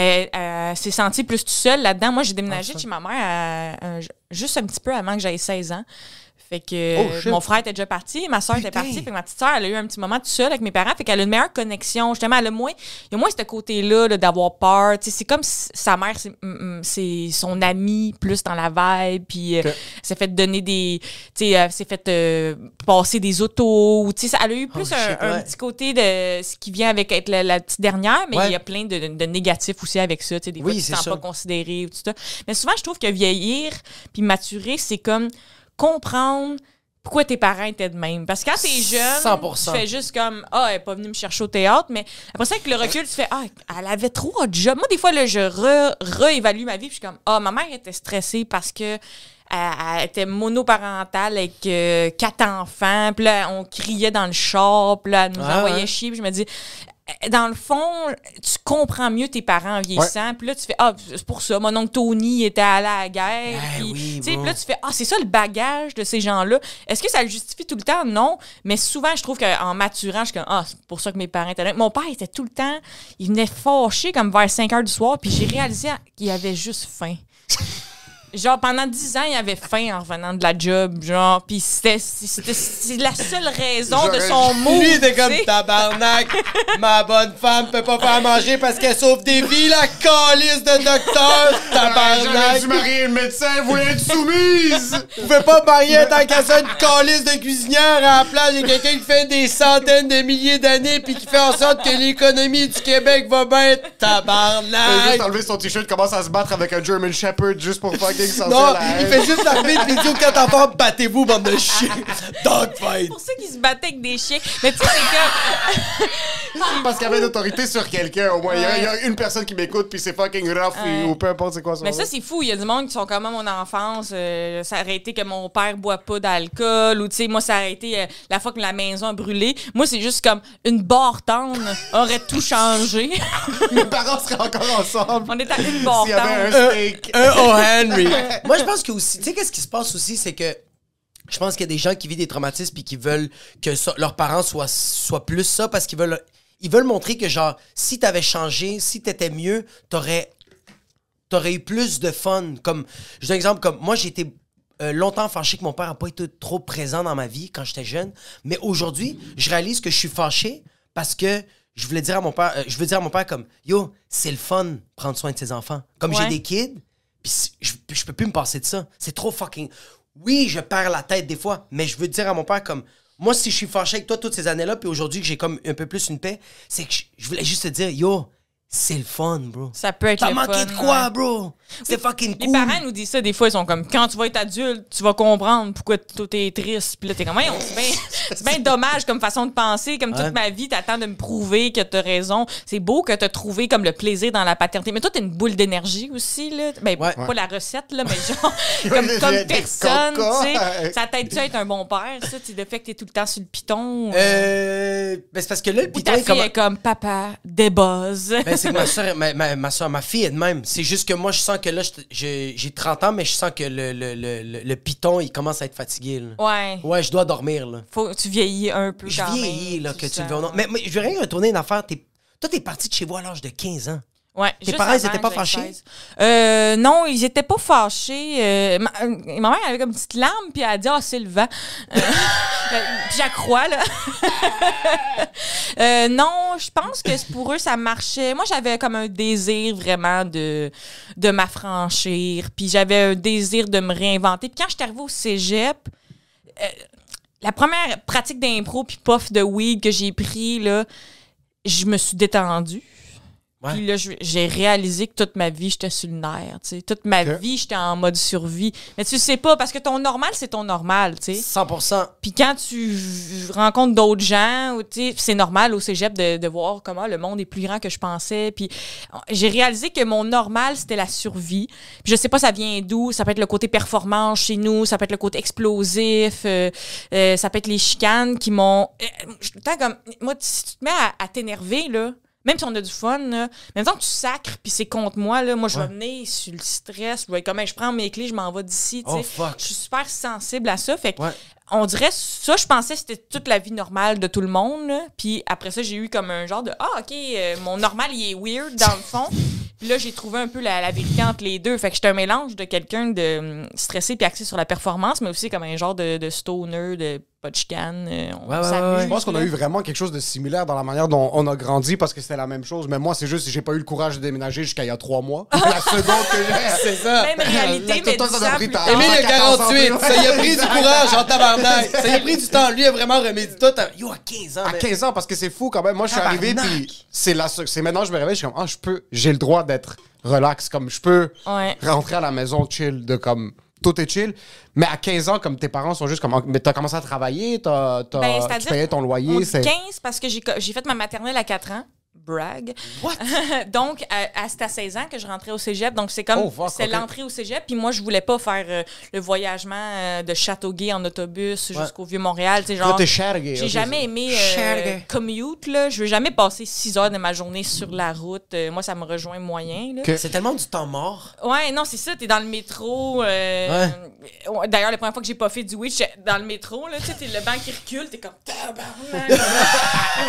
s'est sentie plus toute seule là-dedans. Moi, j'ai déménagé de chez ma mère juste un petit peu avant que j'aie 16 ans. Fait que Oh, shit. mon frère était déjà parti, ma soeur était Putain. partie, fait que ma petite soeur, elle a eu un petit moment toute seule avec mes parents, fait qu'elle a une meilleure connexion. Justement, il y a moins ce côté-là là, d'avoir peur. Tu sais, c'est comme si sa mère, c'est son amie plus dans la vibe, puis elle s'est fait donner des... Tu sais, elle s'est fait passer des autos. Tu sais, elle a eu plus Oh, shit, un ouais. petit côté de ce qui vient avec être la petite dernière, mais Ouais. il y a plein de négatifs aussi avec ça. Tu sais, des fois, Oui, tu te c'est sens ça. pas considéré ou tout ça. Mais souvent, je trouve que vieillir puis maturer, c'est comme comprendre pourquoi tes parents étaient de même. Parce que quand t'es jeune, 100%. tu fais juste comme « Ah, elle est pas venue me chercher au théâtre », mais après ça, avec le recul, tu fais « Ah, elle avait 3 jobs. » Moi, des fois, là, je réévalue ma vie, puis je suis comme « Ah, ma mère était stressée parce que elle était monoparentale avec 4 enfants, puis là, on criait dans le char, puis là, elle nous Ah, envoyait ouais. chier, puis je me dis... Dans le fond, tu comprends mieux tes parents en vieillissant. Puis là, tu fais « Ah, c'est pour ça, mon oncle Tony était allé à la guerre. Ben Puis, oui, tu sais, bon. puis là, tu fais « Ah, c'est ça le bagage de ces gens-là. » Est-ce que ça le justifie tout le temps? Non. Mais souvent, je trouve qu'en maturant, je suis comme « Ah, c'est pour ça que mes parents étaient là. » Mon père était tout le temps... Il venait fâché comme vers 5 heures du soir. Puis j'ai réalisé qu'il avait juste faim. Genre, pendant 10 ans, il avait faim en revenant de la job, genre, pis c'est la seule raison de son mot. Lui, il était comme tabarnak. Ma bonne femme peut pas faire manger parce qu'elle sauve des vies, la calice de docteur. J'aurais Tabarnak. dû marier le médecin, elle voulait être soumise! Vous pouvez pas marier tant qu'à ça une calice de cuisinière à la place de quelqu'un qui fait des centaines de milliers d'années puis qui fait en sorte que l'économie du Québec va bien. Il a juste Tabarnak. enlevé son t-shirt, commence à se battre avec un German Shepherd juste pour fucking sentir Non, la il haine. fait juste l'armée puis il dit aux 4 enfants, battez-vous, bande de chiens. Dogfight. C'est pour ça qu'il se battait avec des chiens. Mais tu sais, c'est que. Parce qu'il y avait une autorité sur quelqu'un, au moins. Il y a une personne qui m'écoute, puis c'est fucking rough, ou peu importe c'est quoi son Mais ça, c'est fou. Il y a du monde qui sont comme mon enfance. Ça aurait été que mon père boit pas d'alcool. Ou, tu sais, moi, ça aurait été la fois que la maison a brûlé. Moi, c'est juste comme une barre tendre aurait tout changé. Mes parents seraient encore ensemble. On est à une barre S'il y avait tendre. un steak. Un O. Henry. Moi, je pense que aussi, tu sais, qu'est-ce qui se passe aussi, c'est que je pense qu'il y a des gens qui vivent des traumatismes puis qui veulent que leurs parents soient plus ça parce qu'ils veulent montrer que, genre, si t'avais changé, si t'étais mieux, t'aurais eu plus de fun. Comme, je donne un exemple, comme moi, j'ai été longtemps fâché que mon père n'a pas été trop présent dans ma vie quand j'étais jeune. Mais aujourd'hui, je réalise que je suis fâché parce que je veux dire à mon père comme, yo, c'est le fun prendre soin de ses enfants. Comme j'ai Ouais. des kids, puis je peux plus me passer de ça. C'est trop fucking... Oui, je perds la tête des fois, mais je veux dire à mon père comme... Moi, si je suis fâché avec toi toutes ces années-là, puis aujourd'hui que j'ai comme un peu plus une paix, c'est que je voulais juste te dire, yo, c'est le fun, bro. Ça peut être T'as le manqué fun, de quoi, ouais. bro? C'est fucking Les cool. parents nous disent ça des fois, ils sont comme quand tu vas être adulte, tu vas comprendre pourquoi tout est triste. Puis là, t'es comme, ouais, c'est bien dommage comme façon de penser. Comme Ouais. toute ma vie, t'attends de me prouver que t'as raison. C'est beau que t'as trouvé comme le plaisir dans la paternité. Mais toi, t'es une boule d'énergie aussi, là. Ben, Ouais. pas la recette, là, mais genre, Ouais, comme des personne, tu cocas. sais. Ça t'aide-tu à être un bon père, ça? Le fait que t'es tout le temps sur le piton. Ben, c'est parce que là, le Ou piton ta est fille comme... est comme, papa, débuzz. Ben, c'est que ma soeur, ma fille est de même. C'est juste que moi, je sens que là, j'ai 30 ans, mais je sens que le piton, il commence à être fatigué. Là. Ouais. Ouais, je dois dormir, là. Faut que tu vieillis un peu Je quand même. vieillis, là, que tu le veux ou non. sens. Mais je veux rien retourner une affaire. Toi, t'es parti de chez vous à l'âge de 15 ans. Ouais, Tes juste parents, ils avant étaient pas que j'aie fâchés? 16. Non, ils étaient pas fâchés. Ma mère avait comme une petite larme, puis elle a dit « Ah, c'est le vent. » Puis j'accrois, là. Non, je pense que pour eux, ça marchait. Moi, j'avais comme un désir vraiment de m'affranchir, puis j'avais un désir de me réinventer. Puis quand je suis arrivée au cégep, la première pratique d'impro puis puff de weed que j'ai pris, là, je me suis détendue. Ouais. Puis là, j'ai réalisé que toute ma vie, j'étais sur le nerf, tu sais. Toute ma vie, j'étais en mode survie. Mais tu sais pas, parce que ton normal, c'est ton normal, tu sais. 100%. Puis quand tu rencontres d'autres gens, ou, tu sais, c'est normal au cégep de voir comment le monde est plus grand que je pensais. Puis j'ai réalisé que mon normal, c'était la survie. Puis je sais pas ça vient d'où. Ça peut être le côté performance chez nous, ça peut être le côté explosif, ça peut être les chicanes qui m'ont... Je suis tout le temps comme... Moi, si tu te mets à t'énerver, là, même si on a du fun, là, même temps que tu sacres puis c'est contre moi, là, moi, je vais venir sur le stress. Je vais être comme, je prends mes clés, je m'en vais d'ici. tu sais. Oh, fuck. Je suis super sensible à ça. Fait que Ouais. on dirait, ça, je pensais que c'était toute la vie normale de tout le monde. Là. Puis après ça, j'ai eu comme un genre de, OK, mon normal, il est weird dans le fond. Puis là, j'ai trouvé un peu la vérité entre les deux. Fait que j'étais un mélange de quelqu'un de stressé puis axé sur la performance, mais aussi comme un genre de stoner, de pas de chicane. On Ouais, s'amuse, Je pense qu'on a là. eu vraiment quelque chose de similaire dans la manière dont on a grandi parce que c'était la même chose. Mais moi, c'est juste que j'ai pas eu le courage de déménager jusqu'à il y a 3 mois. La seconde que j'ai. C'est ça. Même réalité, mais Toi, du ça t'a sang pris plus ta- tard. Émile, le 14 ans 48, plus, ça y a ouais. pris du courage en tabarnak. Ça y a pris du temps. Lui a vraiment remédié. Toi, yo, à 15 ans. À mais- 15 ans, parce que c'est fou quand même. Moi, je suis arrivé, Tabarnak. puis c'est maintenant, je me réveille, je suis comme, j'ai le droit d'être relax. Comme, je peux Ouais. rentrer à la maison chill, de comme, tout est chill. Mais à 15 ans, comme tes parents sont juste comme, mais t'as commencé à travailler, tu c'est-à-dire, payais ton On loyer. dit C'est 15 parce que j'ai fait ma maternelle à 4 ans. Brag. What? Donc, c'était à 16 ans que je rentrais au cégep. Donc, c'est comme, Oh, fuck, c'est ok. l'entrée au cégep. Puis moi, je voulais pas faire le voyagement de Châteauguay en autobus jusqu'au Vieux-Montréal. Tu sais, genre, Là, t'es Shergay, j'ai ok, jamais aimé Shergay. commute, là. Je veux jamais passer 6 heures de ma journée sur la route. Moi, ça me rejoint moyen, là. Ok. C'est tellement du temps mort. Ouais, non, c'est ça. T'es dans le métro. Ouais, d'ailleurs, la première fois que j'ai pas fait du weed, j'étais dans le métro, là, tu sais, t'es le banc qui recule, t'es comme tabarnak.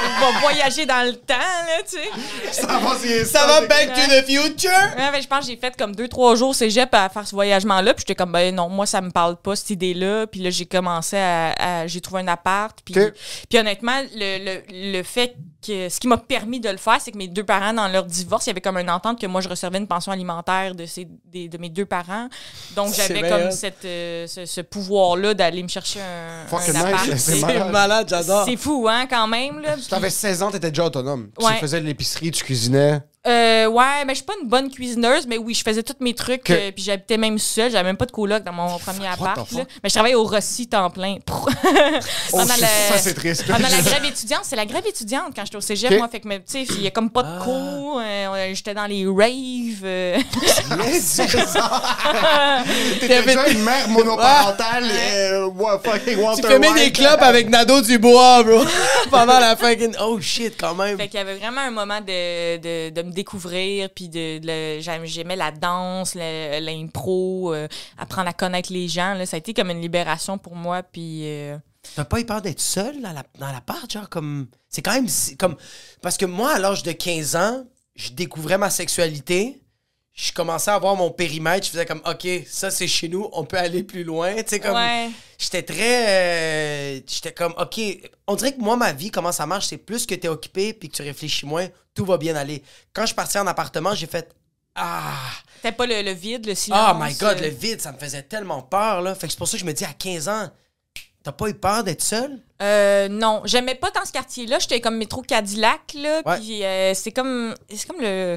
voyager dans le temps, là, tu sais. Ça va Back to the Future? Ouais, ben, je pense que j'ai fait comme 2-3 jours cégep à faire ce voyagement-là. Puis j'étais comme, ben non, moi, ça me parle pas, cette idée-là. Puis là, j'ai commencé j'ai trouvé un appart. Puis honnêtement, le fait que ce qui m'a permis de le faire, c'est que mes 2 parents, dans leur divorce, il y avait comme une entente que moi, je recevais une pension alimentaire de mes 2 parents. Donc, j'avais comme ce pouvoir-là d'aller me chercher un appart. C'est malade, j'adore. C'est fou, hein, quand même. Là. Tu avais 16 ans, tu étais déjà autonome. Ouais. Tu faisais de l'épicerie, tu cuisinais. Ouais, mais je suis pas une bonne cuisineuse, mais oui, je faisais tous mes trucs, puis j'habitais même seule, j'avais même pas de coloc dans mon premier appart. Là. Mais je travaillais au Rossi temps plein. Ça, c'est triste. Pendant la grève étudiante, c'est la grève étudiante quand j'étais au cégep, moi, fait que, tu sais, il y a comme pas de cours, j'étais dans les raves. T'étais déjà une mère monoparentale, Tu fumais des clopes avec Nado Dubois, bro, pendant la fucking... Oh shit, quand même. Fait qu'il y avait vraiment un moment de me découvrir, puis j'aimais la danse, l'impro, apprendre à connaître les gens. Là, ça a été comme une libération pour moi, puis... T'as pas eu peur d'être seule dans l'appart, genre, comme... C'est quand même... comme parce que moi, à l'âge de 15 ans, je découvrais ma sexualité, je commençais à avoir mon périmètre, je faisais comme, OK, ça, c'est chez nous, on peut aller plus loin, tu sais, comme... Ouais. J'étais très... j'étais comme, OK, on dirait que moi, ma vie, comment ça marche, c'est plus que t'es occupé puis que tu réfléchis moins, tout va bien aller. Quand je suis parti en appartement, j'ai fait, T'as pas le vide, le silence. Oh my God, le vide, ça me faisait tellement peur, là. Fait que c'est pour ça que je me dis, à 15 ans, t'as pas eu peur d'être seule? Non, j'aimais pas dans ce quartier-là. J'étais comme métro Cadillac, là. Ouais. Puis c'est comme le...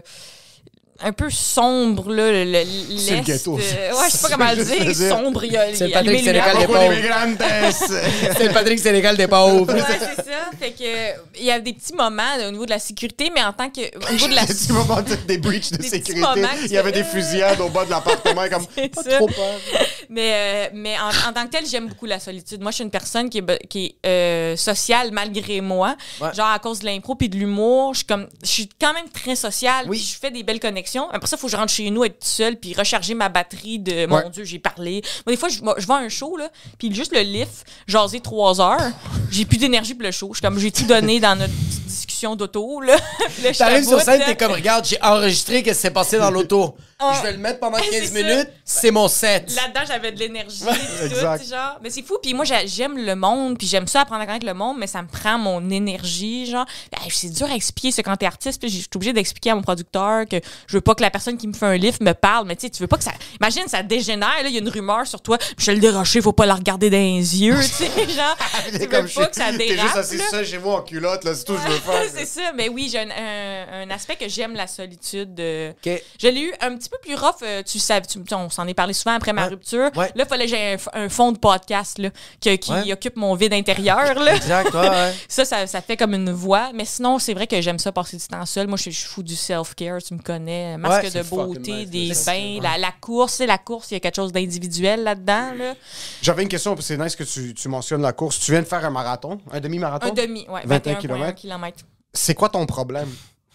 un peu sombre, là, l'Est. C'est le ghetto. Ouais, je sais pas comment le dire. Sombre, il y a C'est le il y a Patrick allumé les Sénégal lumières. des pauvres. C'est le Patrick Sénégal des pauvres. Ouais, c'est ça. Fait que il y a des petits moments au niveau de la sécurité, mais en tant que au niveau de la Des petits moments des breaches de Des sécurité. petits moments que Il y avait des fusillades au bas de l'appartement, comme C'est pas ça. trop peur. Mais en tant que tel, j'aime beaucoup la solitude. Moi, je suis une personne qui est sociale malgré moi. Ouais. Genre à cause de l'impro puis de l'humour, je suis quand même très sociale. Oui. Puis je fais des belles connexions. Après ça, il faut que je rentre chez nous, être seule, puis recharger ma batterie de mon Dieu, j'ai parlé. Moi, des fois, je vais à un show, là, puis juste le lift, jaser 3 heures, j'ai plus d'énergie pour le show. Je suis comme, j'ai tout donné dans notre petite discussion d'auto, là. Puis là, je T'arrives sur t'avoue, scène, là. t'es comme, regarde, j'ai enregistré ce qui s'est passé dans l'auto. Ah. Je vais le mettre pendant 15 C'est ça. minutes, c'est mon set. Là-dedans, j'avais de l'énergie, pis tout, Exact. tu sais, genre. Mais c'est fou. Puis moi, j'aime le monde, puis j'aime ça apprendre à connaître le monde, mais ça me prend mon énergie, genre. C'est dur à expliquer ça quand t'es artiste. Puis je suis obligée d'expliquer à mon producteur que je veux pas que la personne qui me fait un lift me parle, mais tu sais, tu veux pas que ça... Imagine, ça dégénère, là, il y a une rumeur sur toi, Michel Desrochers, faut pas la regarder dans les yeux, tu sais, genre. Tu veux pas que ça T'es juste dérape, assis là. seul chez moi en culotte, là, c'est tout ce que je veux faire. C'est ça, mais oui, j'ai un aspect que j'aime la solitude. OK. Je l'ai eu un petit peu plus rough, on s'en est parlé souvent après ma rupture. Ouais. Là, il fallait que j'ai un fond de podcast là, qui occupe mon vide intérieur. Là. Exact, ouais. Ça fait comme une voix. Mais sinon, c'est vrai que j'aime ça passer du temps seul. Moi, je suis fou du self-care, tu me connais. Masque Ouais, de c'est beauté, fucking nice, des ça. bains, la course. C'est la course, il y a quelque chose d'individuel là-dedans. Là. J'avais une question, c'est nice que tu mentionnes la course. Tu viens de faire un marathon, un demi-marathon? Un demi, ouais. 21 21,1 km. km. C'est quoi ton problème?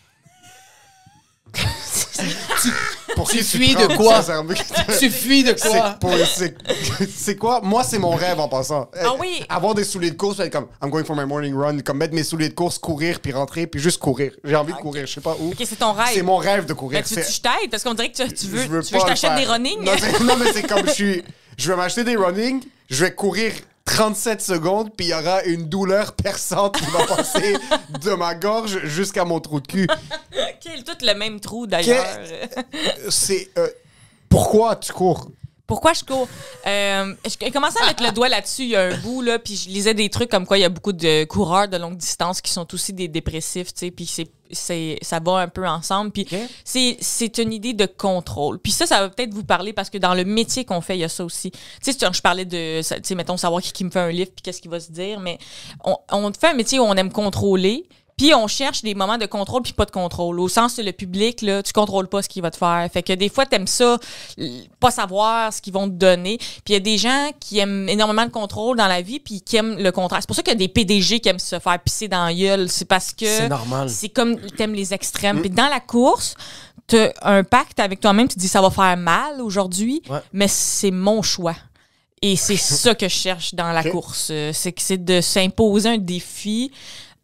Pour Tu qui fuis prends, de quoi? sincèrement? Tu fuis de quoi? C'est quoi? Moi, c'est mon rêve en passant. Ah oui? Avoir des souliers de course, être comme I'm going for my morning run, comme mettre mes souliers de course, courir, puis rentrer, puis juste courir. J'ai envie de courir, je sais pas où. OK, c'est ton rêve. C'est mon rêve de courir. Mais tu veux que je t'aide? Parce qu'on dirait que tu veux que je pas le t'achète faire. des running. Non, mais c'est comme je vais m'acheter des running, je vais courir 37 secondes, puis il y aura une douleur perçante qui va passer de ma gorge jusqu'à mon trou de cul. OK, tout le même trou d'ailleurs. C'est... pourquoi tu cours? Pourquoi je cours? J'ai commencé à mettre le doigt là-dessus il y a un bout, là, puis je lisais des trucs comme quoi il y a beaucoup de coureurs de longue distance qui sont aussi des dépressifs, tu sais, puis ça va un peu ensemble. Puis c'est une idée de contrôle. Puis ça va peut-être vous parler parce que dans le métier qu'on fait, il y a ça aussi. Tu sais, je parlais de, tu sais, mettons, savoir qui me fait un livre puis qu'est-ce qu'il va se dire, mais on fait un métier où on aime contrôler. Puis on cherche des moments de contrôle puis pas de contrôle. Au sens que le public, là, tu contrôles pas ce qu'il va te faire. Fait que des fois, t'aimes ça, pas savoir ce qu'ils vont te donner. Puis il y a des gens qui aiment énormément de contrôle dans la vie puis qui aiment le contraire. C'est pour ça qu'il y a des PDG qui aiment se faire pisser dans la gueule. C'est parce que... C'est normal. C'est comme t'aimes les extrêmes. Puis dans la course, t'as un pacte avec toi-même. Tu te dis, ça va faire mal aujourd'hui, mais c'est mon choix. Et c'est ça que je cherche dans la course. C'est de s'imposer un défi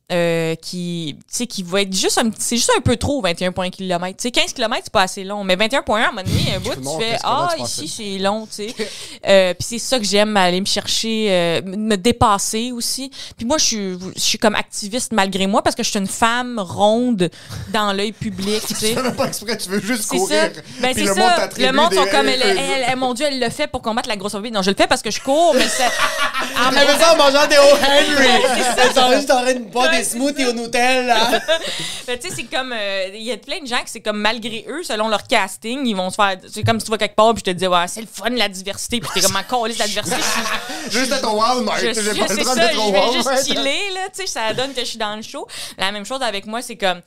qui va être juste c'est juste un peu trop 21 km. Tu sais, 15 km, c'est pas assez long. Mais 21,1, à un moment donné, un bout, tu fais ici, c'est long, tu sais. Puis c'est ça que j'aime, aller me chercher, me dépasser aussi. Puis moi, je suis comme activiste malgré moi parce que je suis une femme ronde dans l'œil public, tu sais. Tu fais pas exprès, tu veux juste C'est courir. ça. Ben, puis c'est le monde ça. t'attribue Le monde sont des- comme, mon Dieu, elle le fait pour combattre la grossophobie. Non, je le fais parce que je cours, mais c'est. En Elle même fait ça en mangeant des O-Henry. Elle s'en juste en train de boire des smoothies au Nutella. Ben, tu sais, c'est comme. Il y a plein de gens que c'est comme malgré eux, selon leur casting, ils vont se faire. C'est comme si tu vas quelque part, puis je te dis, ouais, c'est le fun, la diversité, puis t'es comme encore la diversité. Juste à ton Walmart. Je J'ai suis, pas le c'est droit ça, d'être au je vais Walmart. juste chiller, là, tu sais, ça donne que je suis dans le show. La même chose avec moi, c'est comme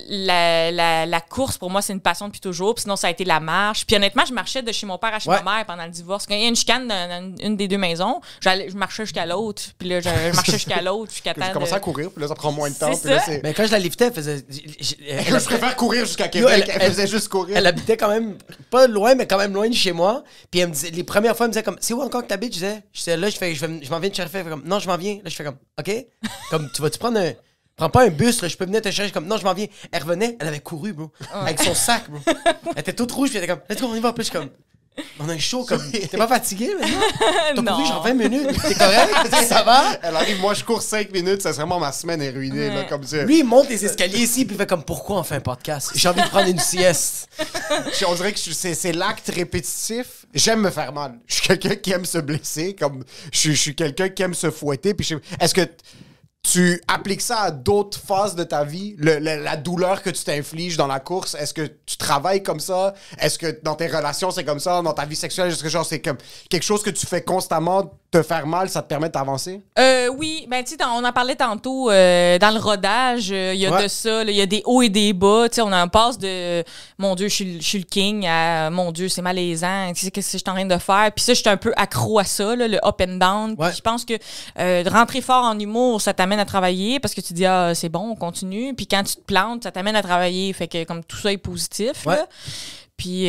la course, pour moi, c'est une passion depuis toujours, puis sinon, ça a été la marche. Puis honnêtement, je marchais de chez mon père à chez ma mère pendant le divorce. Quand il y a une chicane dans une des deux maisons, je marchais jusqu'à l'autre, puis là, je marchais jusqu'à l'autre, jusqu'à temps J'ai commencé à courir, puis là, ça prend moins de temps. C'est Puis là, ça. c'est... Mais quand je la liftais, elle faisait. Je préfère courir jusqu'à Québec. Elle faisait juste courir. Elle habitait quand même, pas loin, mais quand même loin de chez moi. Puis elle me disait, les premières fois, elle me disait comme, c'est où encore que t'habites? Je disais, là, je m'en viens de chercher. Elle fait comme, non, je m'en viens. Là, je fais comme, OK. Comme, tu vas-tu prendre un. Prends pas un bus, là, je peux venir te chercher. Comme, non, je m'en viens. Elle revenait, elle avait couru, bro. Avec son sac, bro. Elle était toute rouge, puis elle était comme, let's go, on y va. Puis je suis comme, on a un show, comme, t'es pas fatigué maintenant? T'as Non. couru genre 20 minutes. T'es correct? Ça va? Elle arrive, moi, je cours 5 minutes, ça serait vraiment ma semaine est ruinée, là, comme ça. Lui, il monte les escaliers ici, puis il fait comme, pourquoi on fait un podcast? J'ai envie de prendre une sieste. On dirait que c'est l'acte répétitif. J'aime me faire mal. Je suis quelqu'un qui aime se blesser, comme je suis quelqu'un qui aime se fouetter. Puis est-ce que tu appliques ça à d'autres phases de ta vie? La douleur que tu t'infliges dans la course, est-ce que tu travailles comme ça? Est-ce que dans tes relations, c'est comme ça? Dans ta vie sexuelle, est-ce que genre c'est comme quelque chose que tu fais constamment, te faire mal, ça te permet d'avancer? Oui, ben tu sais, on en parlait tantôt dans le rodage, il y a de ça, il y a des hauts et des bas, tu sais, on en passe de mon Dieu, je suis le king à mon Dieu, c'est malaisant, qu'est-ce que je suis en train de faire? Puis ça, je suis un peu accro à ça, là, le up and down. Puis je pense que de rentrer fort en humour, ça t'amène à travailler parce que tu dis c'est bon, on continue. Puis quand tu te plantes, ça t'amène à travailler, fait que comme tout ça est positif. Là. Puis,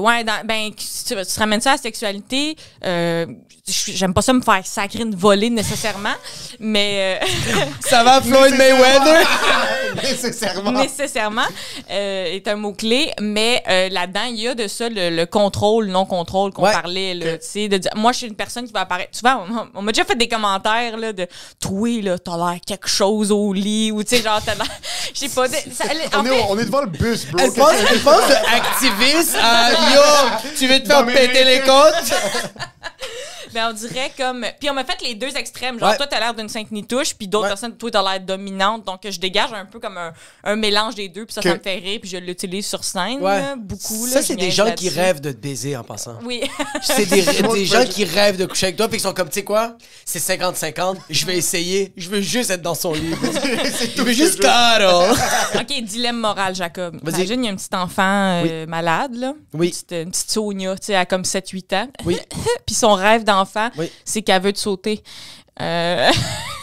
si tu ramènes ça à la sexualité, j'aime pas ça me faire sacrer une volée nécessairement, mais... Ça va, Floyd Mayweather? Nécessairement. Est un mot-clé, mais là-dedans, il y a de ça, le contrôle, non-contrôle qu'on parlait, là, tu sais, de dire, moi, je suis une personne qui va apparaître... Souvent, on m'a déjà fait des commentaires, là, de « Toi, là, t'as l'air quelque chose au lit », ou tu sais, genre, t'as l'air... Je sais pas... On est devant le bus, bro. Elle pense de activiste à yo, tu veux te faire péter les côtes? Ben, on dirait comme... Puis on m'a fait les deux extrêmes. Genre, toi, t'as l'air d'une sainte nitouche, puis d'autres personnes, toi, t'as l'air dominante. Donc, je dégage un peu comme un mélange des deux, puis ça me fait rire, puis je l'utilise sur scène, là, beaucoup. Ça, c'est des gens qui rêvent de te baiser en passant. Oui. C'est des gens qui rêvent de coucher avec toi, puis qui sont comme, tu sais quoi? C'est 50-50, je vais essayer, je veux juste être dans son lit. Je veux juste cuddle. OK, dilemme moral, Jacob. Vas-y. Imagine, il y a un petit enfant malade, là. Oui. Une petite Sonia, tu sais, à comme 7-8 ans. Oui. Puis son rêve d'enfant, Oui. c'est qu'elle veut te sauter. Hein?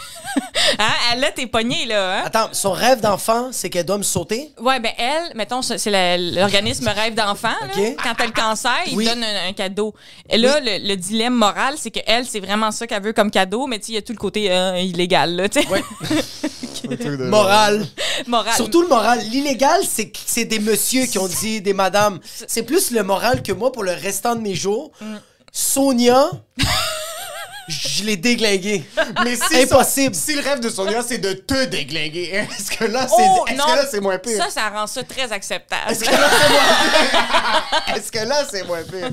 Elle a tes poignets, là. Hein? Attends, son rêve d'enfant, c'est qu'elle doit me sauter? Ouais, ben elle, mettons, c'est l'organisme Rêve d'enfant. OK. Là. Quand elle a le cancer, il donne un cadeau. Et là, le dilemme moral, c'est qu'elle, c'est vraiment ça qu'elle veut comme cadeau, mais tu sais, il y a tout le côté illégal, là, tu sais. Ouais. Moral. Moral. Surtout le moral. L'illégal, c'est des messieurs qui ont dit, des madames. C'est plus le moral que moi pour le restant de mes jours. Sonia... Je l'ai déglingué. Mais si impossible. Si le rêve de Sonia, c'est de te déglinguer, est-ce que là, c'est moins pire? Ça rend ça très acceptable. Est-ce que là, c'est moins pire? Est-ce que là, c'est moins pire?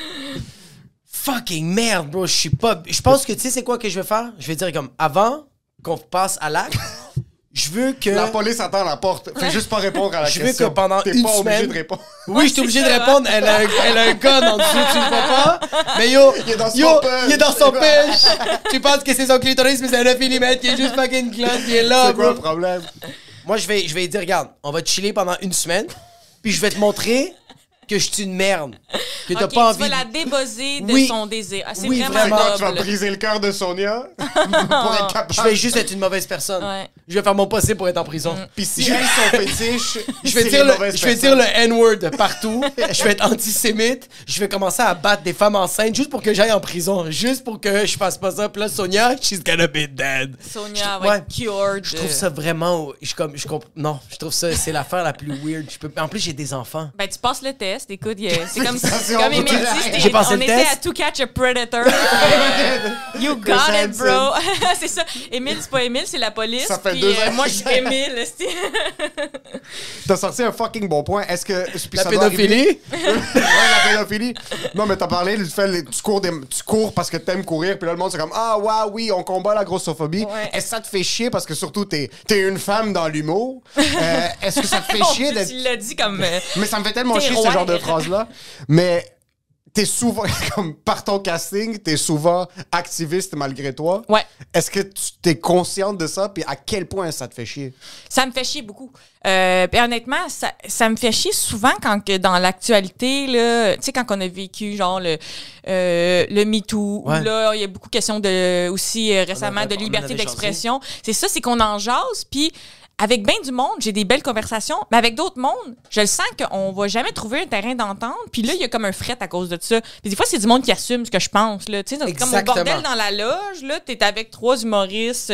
Fucking merde, bro. Je pense que tu sais c'est quoi que je vais faire? Je vais dire comme, avant qu'on passe à l'acte, je veux que... La police attend à la porte. Fais juste pas répondre à la Je question. veux que pendant T'es une pas obligé semaine- de répondre. Oui, je suis obligé de répondre. Elle a un gun en dessous, tu le vois pas? Mais yo, Il est dans son punch. il est dans son punch. Tu penses que c'est son clitoris, mais c'est un 9 mm qui est juste fucking clotte, qui est là, C'est quoi le bro. problème? Moi, je vais dire, regarde, on va te chiller pendant une semaine, puis je vais te montrer que je suis une merde. Que t'as Ok, pas tu vas envie. la débosser de Oui. son désir. Ah, c'est Oui, vraiment vraiment. Tu vas noble. briser le cœur de Sonia pour être capable. Je vais juste être une mauvaise personne. Ouais. Je vais faire mon possible pour être en prison. Puis si elle, son fétiche, Je vais, c'est dire les mauvaises je vais dire personnes. le N-word partout. Je vais être antisémite. Je vais commencer à battre des femmes enceintes juste pour que j'aille en prison. Juste pour que je fasse pas ça. Puis là, Sonia, she's gonna be dead. Sonia Ouais. va être cured. Je trouve ça vraiment... Non, je trouve ça... C'est l'affaire la plus weird. En plus, j'ai des enfants. Ben, tu passes le test. Écoute, c'est comme Félicitations, comme Émile vous dit, avez- J'ai passé on le était test. à To Catch a Predator. You got it, bro. C'est ça. Émile, c'est pas Émile, c'est la police. Ça fait puis, 2 ans. moi, je suis Émile. esti. T'as sorti un fucking bon point. Est-ce que... puis La ça doit arriver- pédophilie? Ouais, la pédophilie. Non, mais t'as parlé du fait tu cours parce que t'aimes courir, puis là, le monde, c'est comme, ah, ouais, oui, on combat la grossophobie. Ouais. Est-ce que ça te fait chier parce que surtout, t'es une femme dans l'humour? Est-ce que ça te fait Mon chier Dieu, d'être... tu l'as dit comme... Mais ça me fait tellement T'es chier, roi. ce genre de phrase-là. Mais t'es souvent, comme par ton casting, t'es souvent activiste malgré toi. Ouais. Est-ce que tu t'es consciente de ça, puis à quel point ça te fait chier? Ça me fait chier beaucoup. Puis honnêtement, ça me fait chier souvent quand que dans l'actualité, là, tu sais, quand on a vécu genre le MeToo, Ouais. où là, il y a beaucoup de questions aussi récemment de on en liberté avait d'expression. C'est ça, c'est qu'on en jase, puis avec bien du monde, j'ai des belles conversations, mais avec d'autres mondes, je le sens qu'on va jamais trouver un terrain d'entente. Puis là, il y a comme un fret à cause de ça. Puis des fois, c'est du monde qui assume ce que je pense. Là. Tu sais, comme au Exactement. bordel dans la loge, là, t'es avec 3 humoristes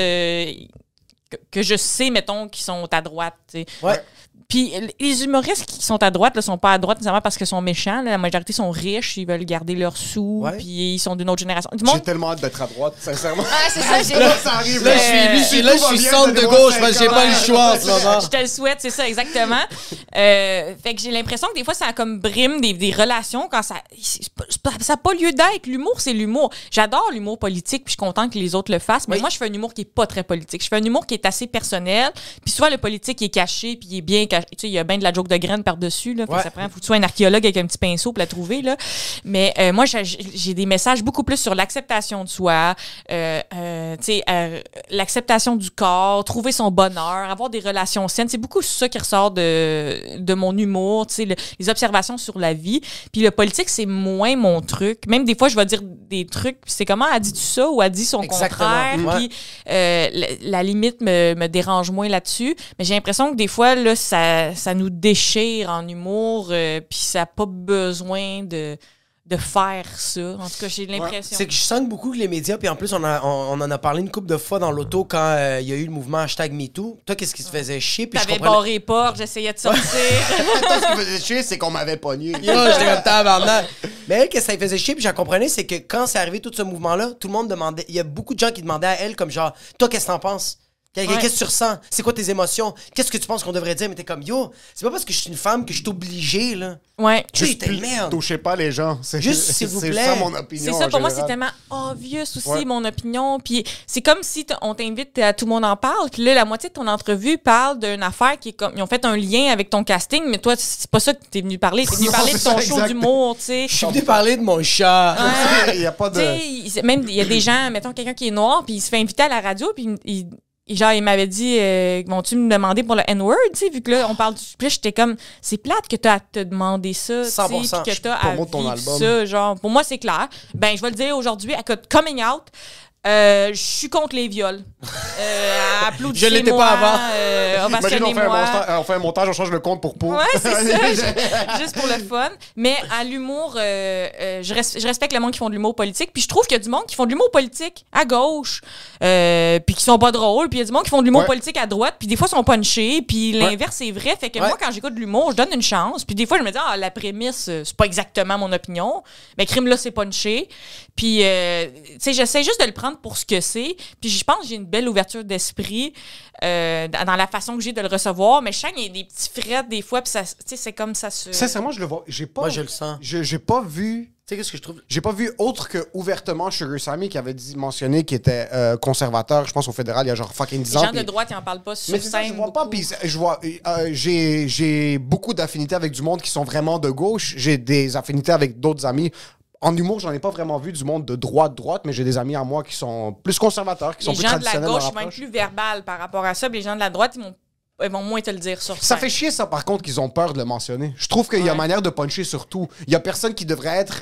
que je sais, mettons, qui sont à droite. Tu sais. Ouais. Puis les humoristes qui sont à droite ne sont pas à droite nécessairement parce qu'ils sont méchants. Là. La majorité sont riches, ils veulent garder leurs sous, Ouais. puis ils sont d'une autre génération. Du J'ai monde... tellement hâte d'être à droite, sincèrement. Ah, c'est ça, j'ai... Là, ça arrive. Là, je suis centre de gauche parce que j'ai pas le choix en ce moment. Je te le souhaite, c'est ça, exactement. Fait que j'ai l'impression que des fois, ça comme brime des relations quand ça n'a pas lieu d'être. L'humour, c'est l'humour. J'adore l'humour politique, puis je suis contente que les autres le fassent, mais Oui. moi, je fais un humour qui est pas très politique. Je fais un humour qui est assez personnel, puis soit le politique est caché, puis il est bien caché. Tu sais, il y a bien de la joke de graines par-dessus, là. Fait que Ouais. ça prend, faut que tu sois un archéologue avec un petit pinceau pour la trouver, là. Mais moi, j'ai des messages beaucoup plus sur l'acceptation de soi, tu sais, l'acceptation du corps, trouver son bonheur, avoir des relations saines. C'est beaucoup ça qui ressort de mon humour, tu sais, les observations sur la vie. Puis le politique, c'est moins mon truc. Même des fois, je vais dire des trucs, puis c'est comment elle dit-tu ça ou elle dit son Exactement. contraire. Ouais. Puis la limite me dérange moins là-dessus. Mais j'ai l'impression que des fois, là, ça nous déchire en humour, puis ça n'a pas besoin de faire ça. En tout cas, j'ai l'impression. C'est que je sens beaucoup que les médias, puis en plus, on en a parlé une couple de fois dans l'auto quand il y a eu le mouvement #MeToo. Toi, qu'est-ce qui te faisait chier? Puis je T'avais comprenais... barré les portes, j'essayais de sortir. Toi, ce qui me faisait chier, c'est qu'on m'avait pogné. Yo, j'étais comme tabarnak. Mais elle, qu'est-ce que ça lui faisait chier? Puis j'en comprenais, c'est que quand c'est arrivé tout ce mouvement-là, tout le monde demandait... Il y a beaucoup de gens qui demandaient à elle, comme genre, toi, qu'est-ce que t'en penses? Qu'est-ce que tu ressens? C'est quoi tes émotions? Qu'est-ce que tu penses qu'on devrait dire? Mais t'es comme, yo, c'est pas parce que je suis une femme que je suis obligée, là. Ouais. Tu sais, t'es merde. Touchez pas les gens. Juste, s'il vous plaît. C'est ça mon opinion. C'est ça, en pour moi, c'est général. tellement obvious aussi, Ouais. mon opinion. Puis c'est comme si on t'invite à Tout le monde en parle, puis là, la moitié de ton entrevue parle d'une affaire qui est comme... Ils ont fait un lien avec ton casting, mais toi, c'est pas ça que t'es venu parler. T'es venu Non, parler de c'est ton ça, show exact. d'humour, tu sais. Je suis venu parler de mon chat. Il y a pas de... Tu sais, même, il y a des gens, mettons, quelqu'un qui est noir, puis il se fait inviter à la radio, puis genre, il m'avait dit, vont-tu me demander pour le N-word, tu sais, vu que là, on parle du... Puis là, j'étais comme, c'est plate que t'as à te demander ça, tu sais, 100%. puis que t'as à promote ton vivre album. ça, genre, pour moi, c'est clair. Ben, je vais le dire aujourd'hui, écoute, coming out, je suis contre les viols. Applaudissez-moi. Je l'étais pas avant. Imagine, Ovationnez-moi. on fait un montage, on change le compte pour. Ouais, c'est ça. Juste pour le fun. Mais à l'humour, je respecte le monde qui font de l'humour politique. Puis je trouve qu'il y a du monde qui font de l'humour politique à gauche, puis qui sont pas drôles. Puis il y a du monde qui font de l'humour Ouais. politique à droite, puis des fois sont punchés. Puis l'inverse est vrai. Fait que Ouais. moi, quand j'écoute de l'humour, je donne une chance. Puis des fois, je me dis, la prémisse, c'est pas exactement mon opinion. Mais crime là, c'est punché. Puis, tu sais, j'essaie juste de le prendre pour ce que c'est. Puis je pense que j'ai une belle ouverture d'esprit dans la façon que j'ai de le recevoir. Mais je sens qu'il y a des petits frettes des fois, puis ça, tu sais, c'est comme ça se... Sincèrement, je le vois. J'ai pas. Moi, je le sens. J'ai pas vu. Tu sais, qu'est-ce que je trouve? J'ai pas vu autre que ouvertement Sugar Sammy qui avait mentionné qu'il était conservateur, je pense, au fédéral, il y a genre fucking 10 Les ans. gens de puis- droite, ils en parlent pas sur Mais c'est ça, je scène vois pas. beaucoup. Puis je vois, j'ai beaucoup d'affinités avec du monde qui sont vraiment de gauche. J'ai des affinités avec d'autres amis. En humour, j'en ai pas vraiment vu du monde de droite, mais j'ai des amis à moi qui sont plus conservateurs, qui sont Les plus gens de la traditionnels. gauche dans sont même l'approche. plus verbales par rapport à ça. Puis les gens de la droite, ils vont ils vont moins te le dire sur Ça scène. fait chier, ça, par contre, qu'ils ont peur de le mentionner. Je trouve qu'il y a manière de puncher sur tout. Il y a personne qui devrait être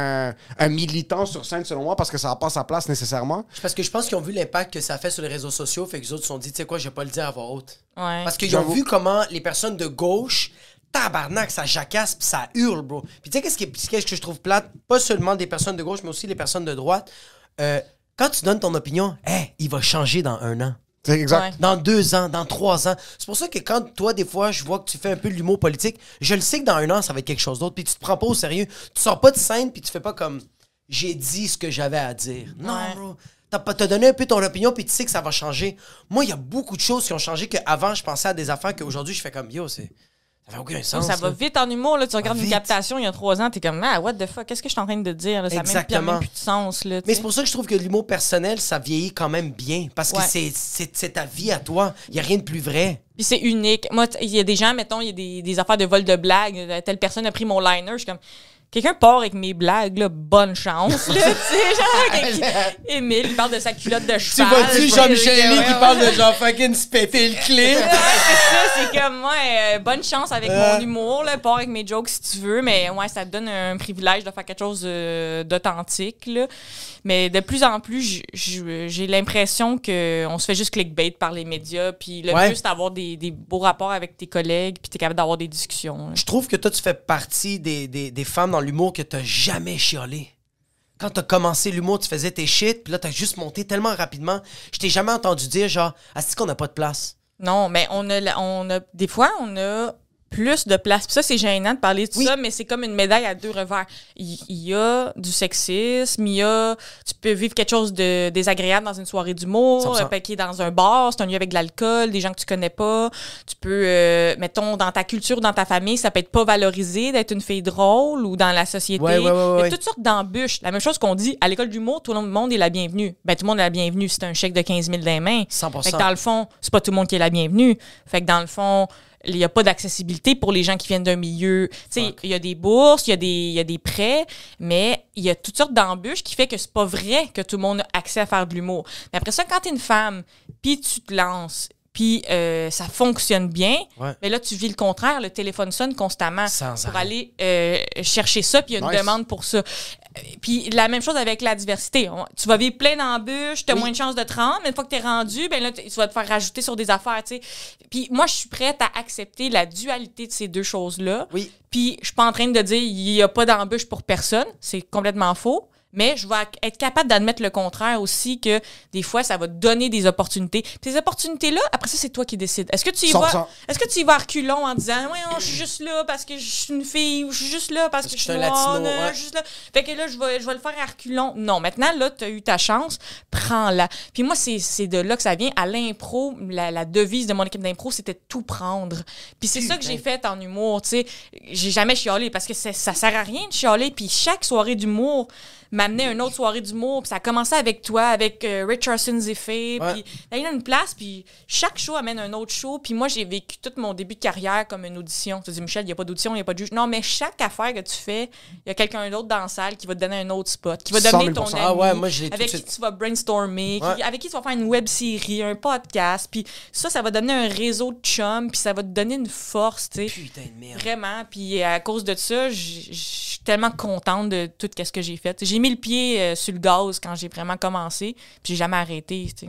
un militant sur scène, selon moi, parce que ça n'a pas sa place nécessairement. Parce que je pense qu'ils ont vu l'impact que ça a fait sur les réseaux sociaux, fait que les autres se sont dit, tu sais quoi, je vais pas le dire à voix haute. Ouais. Parce qu'ils ont vu comment les personnes de gauche, tabarnak, ça jacasse pis ça hurle, bro. Puis tu sais, qu'est-ce que je trouve plate? Pas seulement des personnes de gauche, mais aussi les personnes de droite. Quand tu donnes ton opinion, il va changer dans 1 an. C'est exact. Ouais. Dans 2 ans, dans 3 ans. C'est pour ça que quand toi, des fois, je vois que tu fais un peu de l'humour politique, je le sais que dans 1 an, ça va être quelque chose d'autre. Puis tu te prends pas au sérieux. Tu sors pas de scène, puis tu fais pas comme j'ai dit ce que j'avais à dire. Non, bro. T'as donné un peu ton opinion, puis tu sais que ça va changer. Moi, il y a beaucoup de choses qui ont changé qu'avant, je pensais à des affaires qu'aujourd'hui, je fais comme yo, ça fait aucun sens. Ça va là. vite en humour. Là. Tu regardes une Vite. captation il y a 3 ans, t'es comme, what the fuck, qu'est-ce que je suis en train de dire? Là? Ça n'a Exactement. même plus de sens. Là, Mais c'est pour ça que je trouve que l'humour personnel, ça vieillit quand même bien. Parce que c'est ta vie à toi. Il n'y a rien de plus vrai. Puis c'est unique. Moi, il y a des gens, mettons, il y a des affaires de vol de blagues. Telle personne a pris mon liner. Je suis comme, quelqu'un part avec mes blagues, là, bonne chance. Là, tu sais, genre, Émile, il parle de sa culotte de Tu cheval. vois-tu Jean-Michel Lee qui parle de genre fucking se péter le clip? Ouais, c'est ça, c'est comme, bonne chance avec mon humour, là, pars avec mes jokes si tu veux, mais ouais, ça te donne un privilège de faire quelque chose d'authentique, là. Mais de plus en plus, j'ai l'impression qu'on se fait juste clickbait par les médias, puis le mieux, c'est d'avoir des beaux rapports avec tes collègues, puis t'es capable d'avoir des discussions. Là. Je trouve que toi, tu fais partie des femmes dans l'humour que t'as jamais chialé. Quand t'as commencé l'humour, tu faisais tes shit, puis là, t'as juste monté tellement rapidement. Je t'ai jamais entendu dire, genre, est-ce qu'on n'a pas de place? Non, mais on a des fois, on a plus de place. Puis ça, c'est gênant de parler de ça, mais c'est comme une médaille à 2 revers. Il y a du sexisme, tu peux vivre quelque chose de désagréable dans une soirée d'humour, qui est dans un bar, c'est un lieu avec de l'alcool, des gens que tu connais pas. Tu peux, mettons, dans ta culture, dans ta famille, ça peut être pas valorisé d'être une fille drôle ou dans la société. Il y a toutes sortes d'embûches. La même chose qu'on dit, à l'école d'humour, tout le monde est la bienvenue. Ben, tout le monde est la bienvenue. C'est un chèque de 15 000 dans les mains. 100%. Fait que dans le fond, c'est pas tout le monde qui est la bienvenue. Fait que dans le fond, il n'y a pas d'accessibilité pour les gens qui viennent d'un milieu. Tu sais, il y a des bourses, il y a des prêts, mais il y a toutes sortes d'embûches qui fait que c'est pas vrai que tout le monde a accès à faire de l'humour. Mais après ça, quand t'es une femme, puis tu te lances, puis ça fonctionne bien, mais là, tu vis le contraire. Le téléphone sonne constamment pour aller chercher ça, puis il y a une demande pour ça. Puis la même chose avec la diversité. Tu vas vivre plein d'embûches, tu as moins de chances de te rendre, mais une fois que tu es rendu, ben là, tu vas te faire rajouter sur des affaires, tu sais. Puis moi, je suis prête à accepter la dualité de ces deux choses-là. Oui. Puis je suis pas en train de dire il n'y a pas d'embûche pour personne. C'est complètement faux. Mais je vais être capable d'admettre le contraire aussi, que des fois, ça va te donner des opportunités. Puis ces opportunités-là, après ça, c'est toi qui décides. Est-ce que tu y vas à reculons en disant « Ouais, je suis juste là parce que je suis une fille » ou « Je suis juste là parce que je suis noire, je suis juste là. » Fait que là, je vais le faire à reculons. Non, maintenant, là, tu as eu ta chance, prends-la. Puis moi, c'est de là que ça vient. À l'impro, la devise de mon équipe d'impro, c'était tout prendre. Puis c'est ça que j'ai fait en humour, tu sais. J'ai jamais chialé parce que ça sert à rien de chialer. Puis chaque soirée d'humour m'amener à une autre soirée d'humour, puis ça a commencé avec toi, avec Richardson Zeffé, puis il y a une place, puis chaque show amène un autre show, puis moi, j'ai vécu tout mon début de carrière comme une audition. Tu dis, Michel, il n'y a pas d'audition, il n'y a pas de juge. Non, mais chaque affaire que tu fais, il y a quelqu'un d'autre dans la salle qui va te donner un autre spot, qui va devenir ton ami, avec qui tu vas brainstormer, avec qui tu vas faire une web-série, un podcast, puis ça va donner un réseau de chums, puis ça va te donner une force, tu sais. Putain de merde. Vraiment, puis à cause de ça, je suis tellement contente de tout ce que j'ai fait. J'ai mis le pied sur le gaz quand j'ai vraiment commencé, puis j'ai jamais arrêté, tu sais.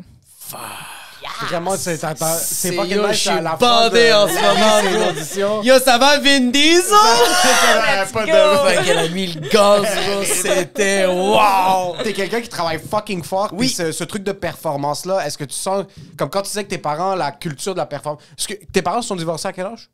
Vraiment, c'est pas yo, je suis bandé en ce moment, bro. Yo, ça va, Vin Diesel? Fait qu'elle a mis le gaz, bro. C'était wow! T'es quelqu'un qui travaille fucking fort. Oui. Puis ce truc de performance-là, est-ce que tu sens, comme quand tu disais que tes parents, la culture de la performance. Est-ce que tes parents sont divorcés à quel âge?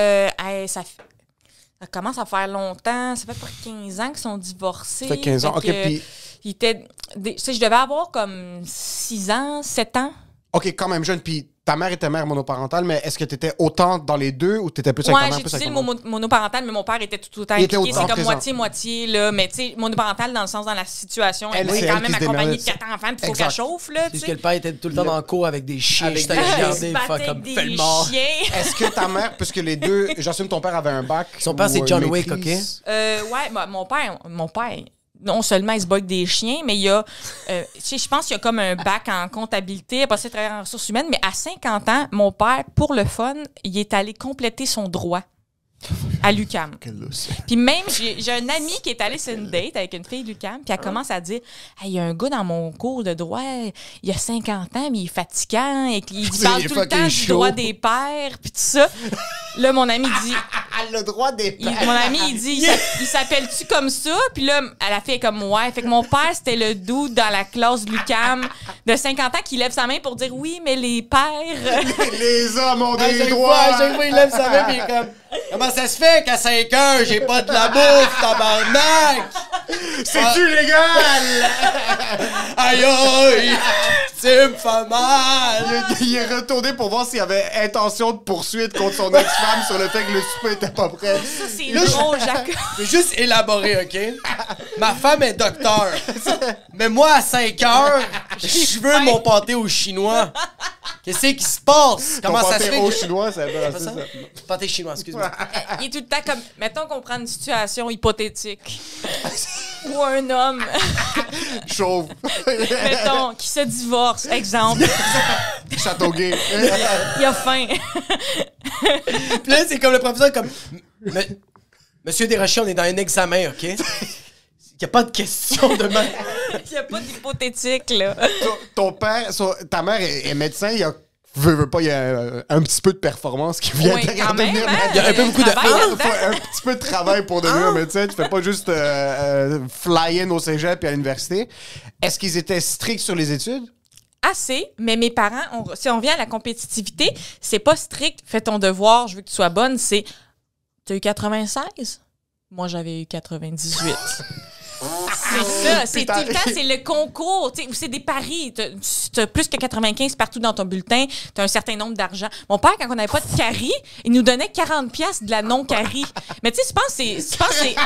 Ça commence à faire longtemps. Ça fait pas 15 ans qu'ils sont divorcés. Ça fait 15 ans, ok. Puis. Je devais avoir comme 6 ans, 7 ans. OK, quand même jeune. Puis ta mère était mère monoparentale, mais est-ce que tu étais autant dans les deux ou tu étais plus avec ta mère? Ouais, j'ai utilisé le mot monoparental, mais mon père était tout autant impliqué. C'est comme moitié-moitié, là. Mais tu sais, monoparental dans le sens, dans la situation, elle est quand même accompagnée de 4 enfants, puis il faut qu'elle chauffe, là. C'est que le père était tout le temps dans le cours avec des chiens. Avec des chiens. Est-ce que ta mère, puisque les deux, j'assume ton père avait un bac. Son père, c'est John Wick, OK? Ouais, mon père, non seulement il se bat avec des chiens, mais il y a, je pense qu'il y a comme un bac en comptabilité, après ça, il travaille en ressources humaines, mais à 50 ans, mon père, pour le fun, il est allé compléter son droit à l'UQAM. Puis même, j'ai un ami qui est allé sur une date avec une fille l'UQAM, puis elle commence à dire « Hey, il y a un gars dans mon cours de droit, il a 50 ans, mais il est fatigant, et il parle tout le temps du droit des pères, puis tout ça. » Là, mon ami dit... Le droit des pères. Mon ami, il dit, il s'appelle-tu comme ça? Puis là, elle a fait comme, ouais. Fait que mon père, c'était le dude dans la classe de l'UQAM de 50 ans qui lève sa main pour dire, oui, mais les pères... Les hommes ont des À droits. chaque fois, il lève sa main, puis il est comme, comment ça se fait qu'à 5 heures, j'ai pas de la bouffe, tabarnak? C'est-tu légal? Aïe, aïe, tu me fais mal. Il est retourné pour voir s'il avait intention de poursuite contre son ex-femme sur le fait que le souper était pas prêt. Ça, c'est drôle, Jacob. Je vais juste élaborer, OK? Ma femme est docteur. Mais moi, à 5 heures, je veux mon pâté au chinois. Qu'est-ce qui se passe? Comment ça se fait? Au chinois, c'est C'est ça? Pâté chinois, excuse-moi. Il est tout le temps comme, mettons qu'on prend une situation hypothétique. Ou un homme, Chauve. mettons, qui se divorce, exemple. Châteauguay. Il a faim. Puis là, c'est comme le professeur, comme... Monsieur Desrochers, on est dans un examen, OK? Il n'y a pas de question de même. Il n'y a pas d'hypothétique, là. Ton père, ta mère est médecin, il y a... Veut pas, il y a un petit peu de performance qui vient Oui, derrière quand même, devenir hein? médecin. Il y a un peu beaucoup de... Travail Il là-dedans. faut un petit peu de travail pour devenir médecin. Tu fais pas juste fly-in au cégep et à l'université. Est-ce qu'ils étaient stricts sur les études? Assez, mais mes parents, si on vient à la compétitivité, c'est pas strict, fais ton devoir, je veux que tu sois bonne, c'est t'as eu 96? Moi, j'avais eu 98. C'est ça, c'est tout le temps, c'est le concours, tu sais, ou c'est des paris. T'as plus que 95 partout dans ton bulletin, t'as un certain nombre d'argent. Mon père, quand on n'avait pas de carie, il nous donnait 40 pièces de la non-carie. Mais tu sais, je pense que c'est...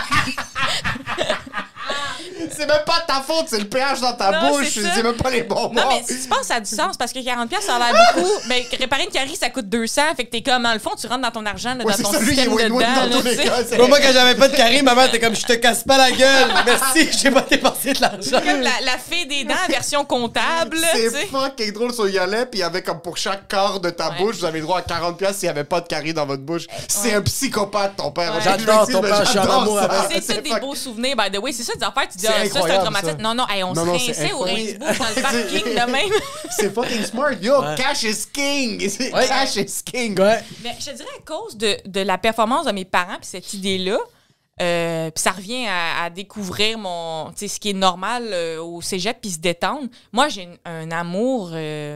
C'est même pas ta faute, c'est le pH dans ta Non, bouche. c'est ça. C'est même pas les bons Non, mots. mais si tu penses, ça a du sens parce que 40$, ça a l'air beaucoup. Mais réparer une carie, ça coûte 200. Fait que t'es comme, dans le fond, tu rentres dans ton argent, là, Ouais, dans c'est ton ça, lui, il est système win-win dedans. dans tous là, les tu sais. cas. c'est- Moi, quand j'avais pas de carré, ma mère était comme, je te casse pas la gueule. Merci, j'ai pas dépensé de l'argent. Comme la fée des dents, version comptable. tu C'est sais. fucking drôle sur y allait, puis il y avait comme pour chaque quart de ta Ouais. bouche, vous avez le droit à 40$ s'il n'y avait pas de carré dans votre bouche. C'est un psychopathe, ton père. Ouais. J'adore Je ton le dis, père, je suis en j'adore amour ça. avec. C'est tous des beaux souvenirs, by the way. C'est ça, des affaires, tu dis, C'est ah, ça, c'est un incroyable, traumatisme. ça. Non, non, hey, on Non, se non, rinçait c'est au incroyable. rince-bouche dans le parking de même. C'est fucking smart. Yo, Ouais. cash is king. Ouais. Cash is king. Ouais. Mais je te dirais à cause de la performance de mes parents puis cette idée-là, puis ça revient à découvrir mon, tu sais, ce qui est normal au cégep puis se détendre. Moi, j'ai un amour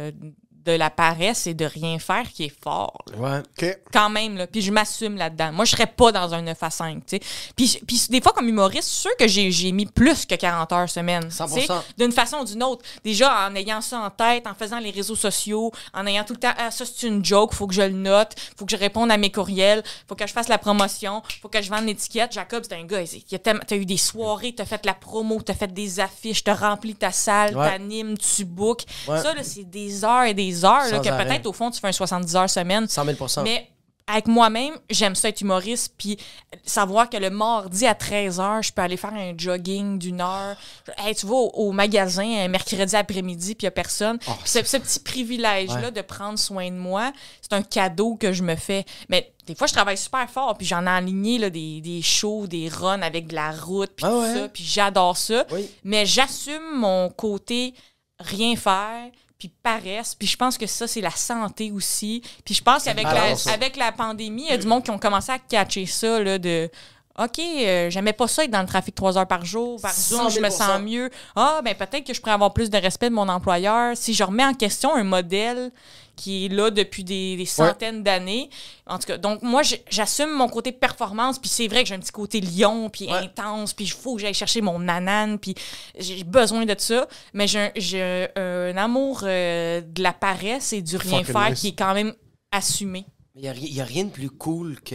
de la paresse et de rien faire qui est fort. Là. Ouais. OK. Quand même, là. Puis je m'assume là-dedans. Moi, je serais pas dans un 9 à 5, tu sais. Puis des fois, comme humoriste, je suis sûre que j'ai mis plus que 40 heures semaine. 100%. tu sais, d'une façon ou d'une autre. Déjà, en ayant ça en tête, en faisant les réseaux sociaux, en ayant tout le temps, ah, ça, c'est une joke, faut que je le note, faut que je réponde à mes courriels, faut que je fasse la promotion, faut que je vende l'étiquette. Jacob, c'est un gars, t'as eu des soirées, t'as fait la promo, t'as fait des affiches, t'as rempli ta salle, Ouais. t'animes, tu bookes. Ouais. Ça, là, c'est des heures et des heures, là, Sans que arrêt. peut-être, au fond, tu fais un 70 heures semaine. 100 000 Mais avec moi-même, j'aime ça être humoriste, puis savoir que le mardi à 13h, je peux aller faire un jogging d'une heure. Hey, tu vas au magasin un mercredi après-midi, puis il n'y a personne. Puis ce petit privilège-là Ouais. de prendre soin de moi, c'est un cadeau que je me fais. Mais des fois, je travaille super fort, puis j'en ai aligné là, des shows, des runs avec de la route, puis Ah tout ouais? ça, puis j'adore ça. Oui. Mais j'assume mon côté rien faire, puis paresse. Puis je pense que ça, c'est la santé aussi. Puis je pense qu'avec avec la pandémie, il y a du monde qui ont commencé à catcher ça, là, de... OK, j'aimais pas ça être dans le trafic 3 heures par jour, par Zoom, je me 100 000 sens mieux. Ah, ben peut-être que je pourrais avoir plus de respect de mon employeur. Si je remets en question un modèle qui est là depuis des centaines d'années. En tout cas, donc moi, j'assume mon côté performance, puis c'est vrai que j'ai un petit côté lion, puis intense, puis il faut que j'aille chercher mon nanane, puis j'ai besoin de ça. Mais j'ai un amour de la paresse et du rien Fucking faire nice. qui est quand même assumé. Il y a rien de plus cool que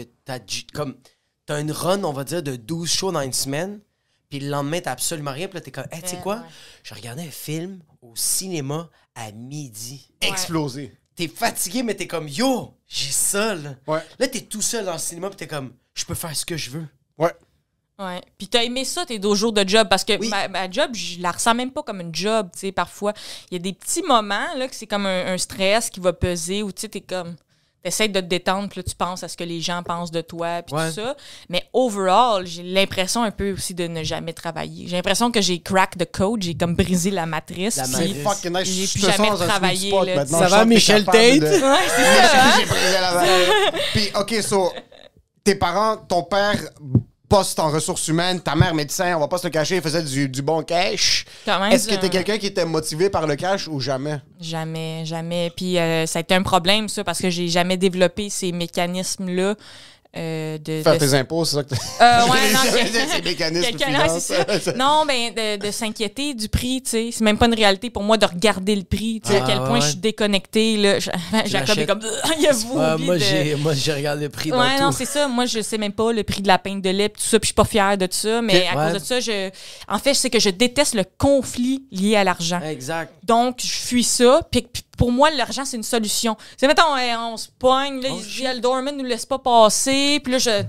t'as une run, on va dire, de 12 shows dans une semaine, puis le lendemain, t'as absolument rien, puis là, t'es comme, hey, tu sais quoi? Ouais. Je regardais un film au cinéma à midi. Explosé. T'es fatigué, mais t'es comme, yo, j'ai ça, là. Ouais. Là, t'es tout seul dans le cinéma, puis t'es comme, je peux faire ce que je veux. Ouais. Ouais. Puis t'as aimé ça, tes 2 jours de job, parce que Oui. ma job, je la ressens même pas comme une job, tu sais, parfois. Il y a des petits moments, là, que c'est comme un stress qui va peser, où tu sais, t'es comme... T'essaies de te détendre, puis là, tu penses à ce que les gens pensent de toi, puis tout ça. Mais overall, j'ai l'impression un peu aussi de ne jamais travailler. J'ai l'impression que j'ai crack the code, j'ai comme brisé la matrice. C'est fucking nice. J'ai Je plus te jamais sens dans un travaillé, sweet spot là. maintenant. Ça Je va, sens que t'es Michel capable Tate? de- Ouais, c'est ça. J'ai brisé la barre. Puis, OK, so, tes parents, ton père poste en ressources humaines, ta mère médecin, on va pas se le cacher, il faisait du bon cash. Quand même, Est-ce que t'es quelqu'un qui était motivé par le cash ou jamais? Jamais, jamais. Puis ça a été un problème, ça, parce que j'ai jamais développé ces mécanismes-là. Faire tes impôts, c'est ça que Ouais, non, c'est mécanisme quelqu'un, finance. c'est ça. Non, ben, de s'inquiéter du prix, tu sais. C'est même pas une réalité pour moi de regarder le prix, tu sais, à quel point je suis déconnectée, là. Jacob est comme, il a vous Moi, j'ai regardé le prix dans Ouais, tout. non, c'est ça. Moi, je sais même pas le prix de la pinte de lait, pis tout ça, puis je suis pas fière de ça. Mais à cause de ça, en fait, je sais que je déteste le conflit lié à l'argent. Exact. Donc, je fuis ça. Puis pour moi, l'argent, c'est une solution. C'est, mettons, on se pogne, là, il se dit, Aldorman nous laisse pas passer. Puis là, je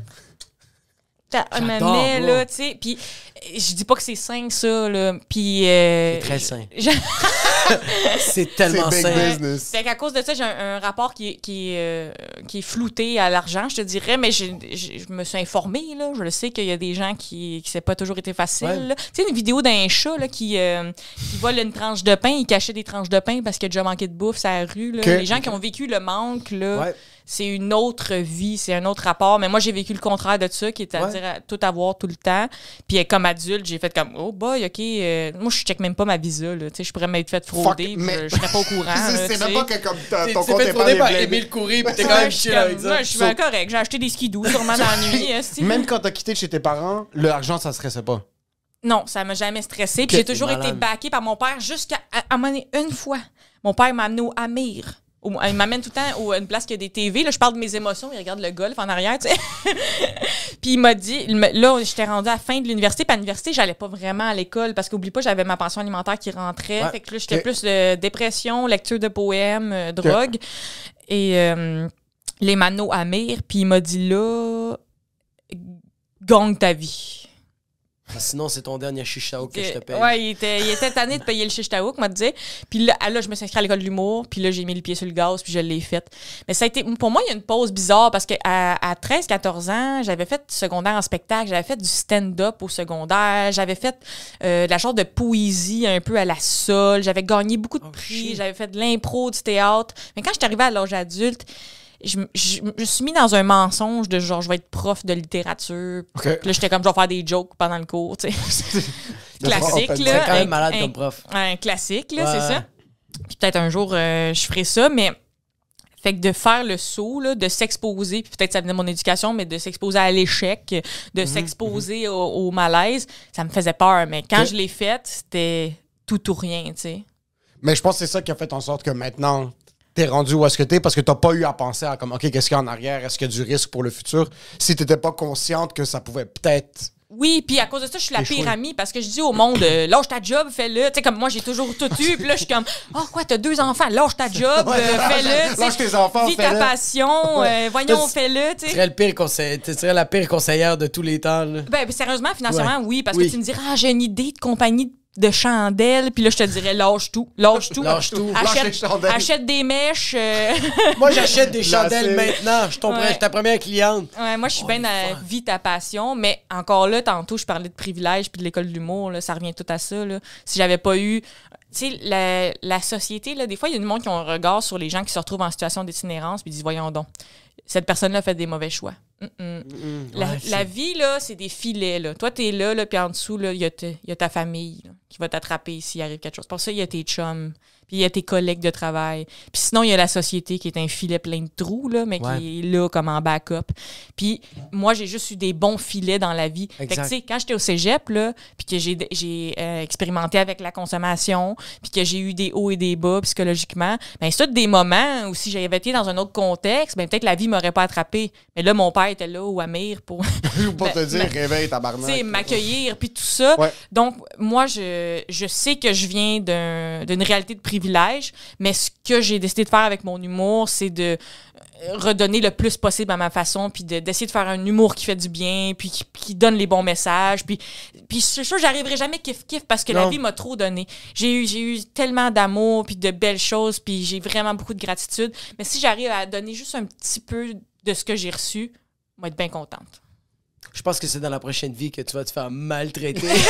me mets, là, tu sais. Puis je dis pas que c'est sain, ça, là. Puis... C'est très sain. C'est tellement C'est big sain. business. Fait qu'à cause de ça, j'ai un rapport qui est flouté à l'argent, je te dirais, mais je me suis informée, là. Je le sais qu'il y a des gens qui c'est pas toujours été facile. Tu sais, une vidéo d'un chat là, qui vole une tranche de pain, il cachait des tranches de pain parce qu'il a déjà manqué de bouffe sur la rue. Là. Les gens qui ont vécu le manque, là, c'est une autre vie, c'est un autre rapport. Mais moi, j'ai vécu le contraire de ça, qui est à dire tout avoir tout le temps. Puis comme adulte, j'ai fait comme, oh boy, OK, moi, je check même pas ma visa. Là. Tu sais, je pourrais m'être fait frauder, mais- je serais pas au courant. C'est même pas que comme ton Tu compte fait est tourner par pas Émile Coury, pis t'es quand même chill avec ça. Je suis bien correct. J'ai acheté des skidoo sûrement dans la nuit. Même quand t'as quitté de chez tes parents, l'argent, ça stressait pas. Non, ça m'a jamais stressé. Puis j'ai toujours été backée par mon père jusqu'à un moment donné, une fois. Mon père m'a amené au Amir. Il m'amène tout le temps à une place qui a des TV. Là, je parle de mes émotions. Il regarde le golf en arrière, tu sais. Puis il m'a dit... Là, j'étais rendue à la fin de l'université. Puis à l'université, j'allais pas vraiment à l'école. Parce qu'oublie pas, j'avais ma pension alimentaire qui rentrait. Fait que là, j'étais plus de dépression, lecture de poèmes, drogue. Et les manos Amir. Puis il m'a dit là... Gagne ta vie. Sinon, c'est ton dernier chichaou que je te paye. Ouais, il était tanné de payer le chichaouk, m'a dit. Puis là, je me suis inscrite à l'école de l'humour, puis là, j'ai mis le pied sur le gaz, puis je l'ai fait. Mais ça a été, pour moi, il y a une pause bizarre, parce qu'à 13-14 ans, j'avais fait du secondaire en spectacle, j'avais fait du stand-up au secondaire, j'avais fait de la sorte de poésie un peu à la Sol, j'avais gagné beaucoup de prix, j'avais fait de l'impro, du théâtre. Mais quand je suis arrivée à l'âge adulte, je me suis mis dans un mensonge de genre, je vais être prof de littérature. Puis là, j'étais comme, je vais faire des jokes pendant le cours, tu sais. Classique, là. C'est quand même malade comme prof. Un classique, là, c'est ça. Puis peut-être un jour, je ferai ça, mais... Fait que de faire le saut, là, de s'exposer, puis peut-être ça venait de mon éducation, mais de s'exposer à l'échec, de s'exposer au malaise, ça me faisait peur. Mais quand je l'ai fait, c'était tout ou rien, tu sais. Mais je pense que c'est ça qui a fait en sorte que maintenant... t'es rendu où est-ce que t'es parce que t'as pas eu à penser à comme, OK, qu'est-ce qu'il y a en arrière? Est-ce qu'il y a du risque pour le futur? Si t'étais pas consciente que ça pouvait peut-être... Oui, puis à cause de ça, je suis la pire amie parce que je dis au monde, lâche ta job, fais-le. Tu sais, comme moi, j'ai toujours tout eu, puis là, je suis comme, quoi, t'as 2 enfants, lâche ta job, fais-le. Lâche tes enfants, vis fais-le. ta passion, voyons, fais-le, tu sais. Tu serais la pire conseillère de tous les temps. Là. Ben, sérieusement, financièrement, oui, parce que tu me diras, j'ai une idée de compagnie de chandelles, puis là, je te dirais, lâche tout. Lâche tout. Lâche les chandelles. Achète des mèches. Moi, j'achète des chandelles maintenant. Je suis ta première cliente. Ouais, moi, je suis bien à vie ta passion, mais encore là, tantôt, je parlais de privilèges puis de l'école de l'humour, là, ça revient tout à ça. Là. Si j'avais pas eu... Tu sais, la société, là, des fois, il y a du monde qui ont un regard sur les gens qui se retrouvent en situation d'itinérance puis disent, voyons donc, cette personne-là fait des mauvais choix. La vie, là, c'est des filets. Là. Toi, t'es là, puis en dessous, il y a ta famille là, qui va t'attraper s'il arrive quelque chose. Pour ça, il y a tes chums, puis il y a tes collègues de travail. Puis sinon, il y a la société qui est un filet plein de trous, là, mais qui est là comme en backup. Puis moi, j'ai juste eu des bons filets dans la vie. Fait que, tu sais, quand j'étais au cégep, là, puis que j'ai expérimenté avec la consommation, puis que j'ai eu des hauts et des bas psychologiquement, ben c'est tous des moments où si j'avais été dans un autre contexte, ben peut-être la vie m'aurait pas attrapé. Mais là, mon père était là au Amir pour te dire, réveille, tabarnak. Tu sais, m'accueillir, puis tout ça. Ouais. Donc, moi, je sais que je viens d'une réalité de privilège, mais ce que j'ai décidé de faire avec mon humour, c'est de redonner le plus possible à ma façon, puis d'essayer de faire un humour qui fait du bien, puis qui donne les bons messages, puis je suis sûre que j'arriverai jamais kiff-kiff parce que la vie m'a trop donné. J'ai eu tellement d'amour, puis de belles choses, puis j'ai vraiment beaucoup de gratitude. Mais si j'arrive à donner juste un petit peu de ce que j'ai reçu, je vais être bien contente. Je pense que c'est dans la prochaine vie que tu vas te faire maltraiter. Non,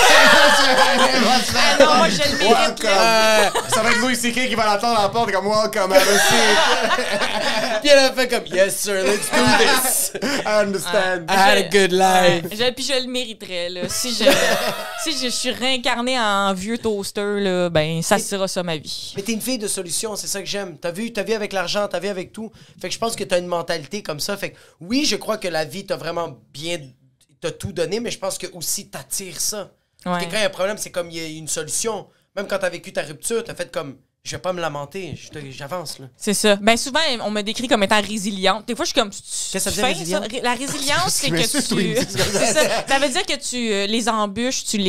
moi, je le mérite. Ça va être Louis C.K. qui va l'attendre à la porte comme welcome, have a seat. Puis elle a fait comme yes sir, let's do this. I understand. I had a good life. Puis je le mériterais là. Si je suis réincarnée en vieux toaster là, ben ça sera ça ma vie. Mais t'es une fille de solution, c'est ça que j'aime. T'as vu avec l'argent, t'as vu avec tout. Fait que je pense que t'as une mentalité comme ça. Fait que oui, je crois que la vie t'a vraiment bien, t'as tout donné, mais je pense que aussi t'attires ça. Ouais. Quand il y a un problème, c'est comme il y a une solution. Même quand t'as vécu ta rupture, t'as fait comme je vais pas me lamenter, j'avance là. C'est ça. Ben souvent on me décrit comme étant résiliente. Des fois je suis comme Qu'est-ce que ça veut dire résiliente? La résilience c'est que C'est ça veut dire que tu les embûches, tu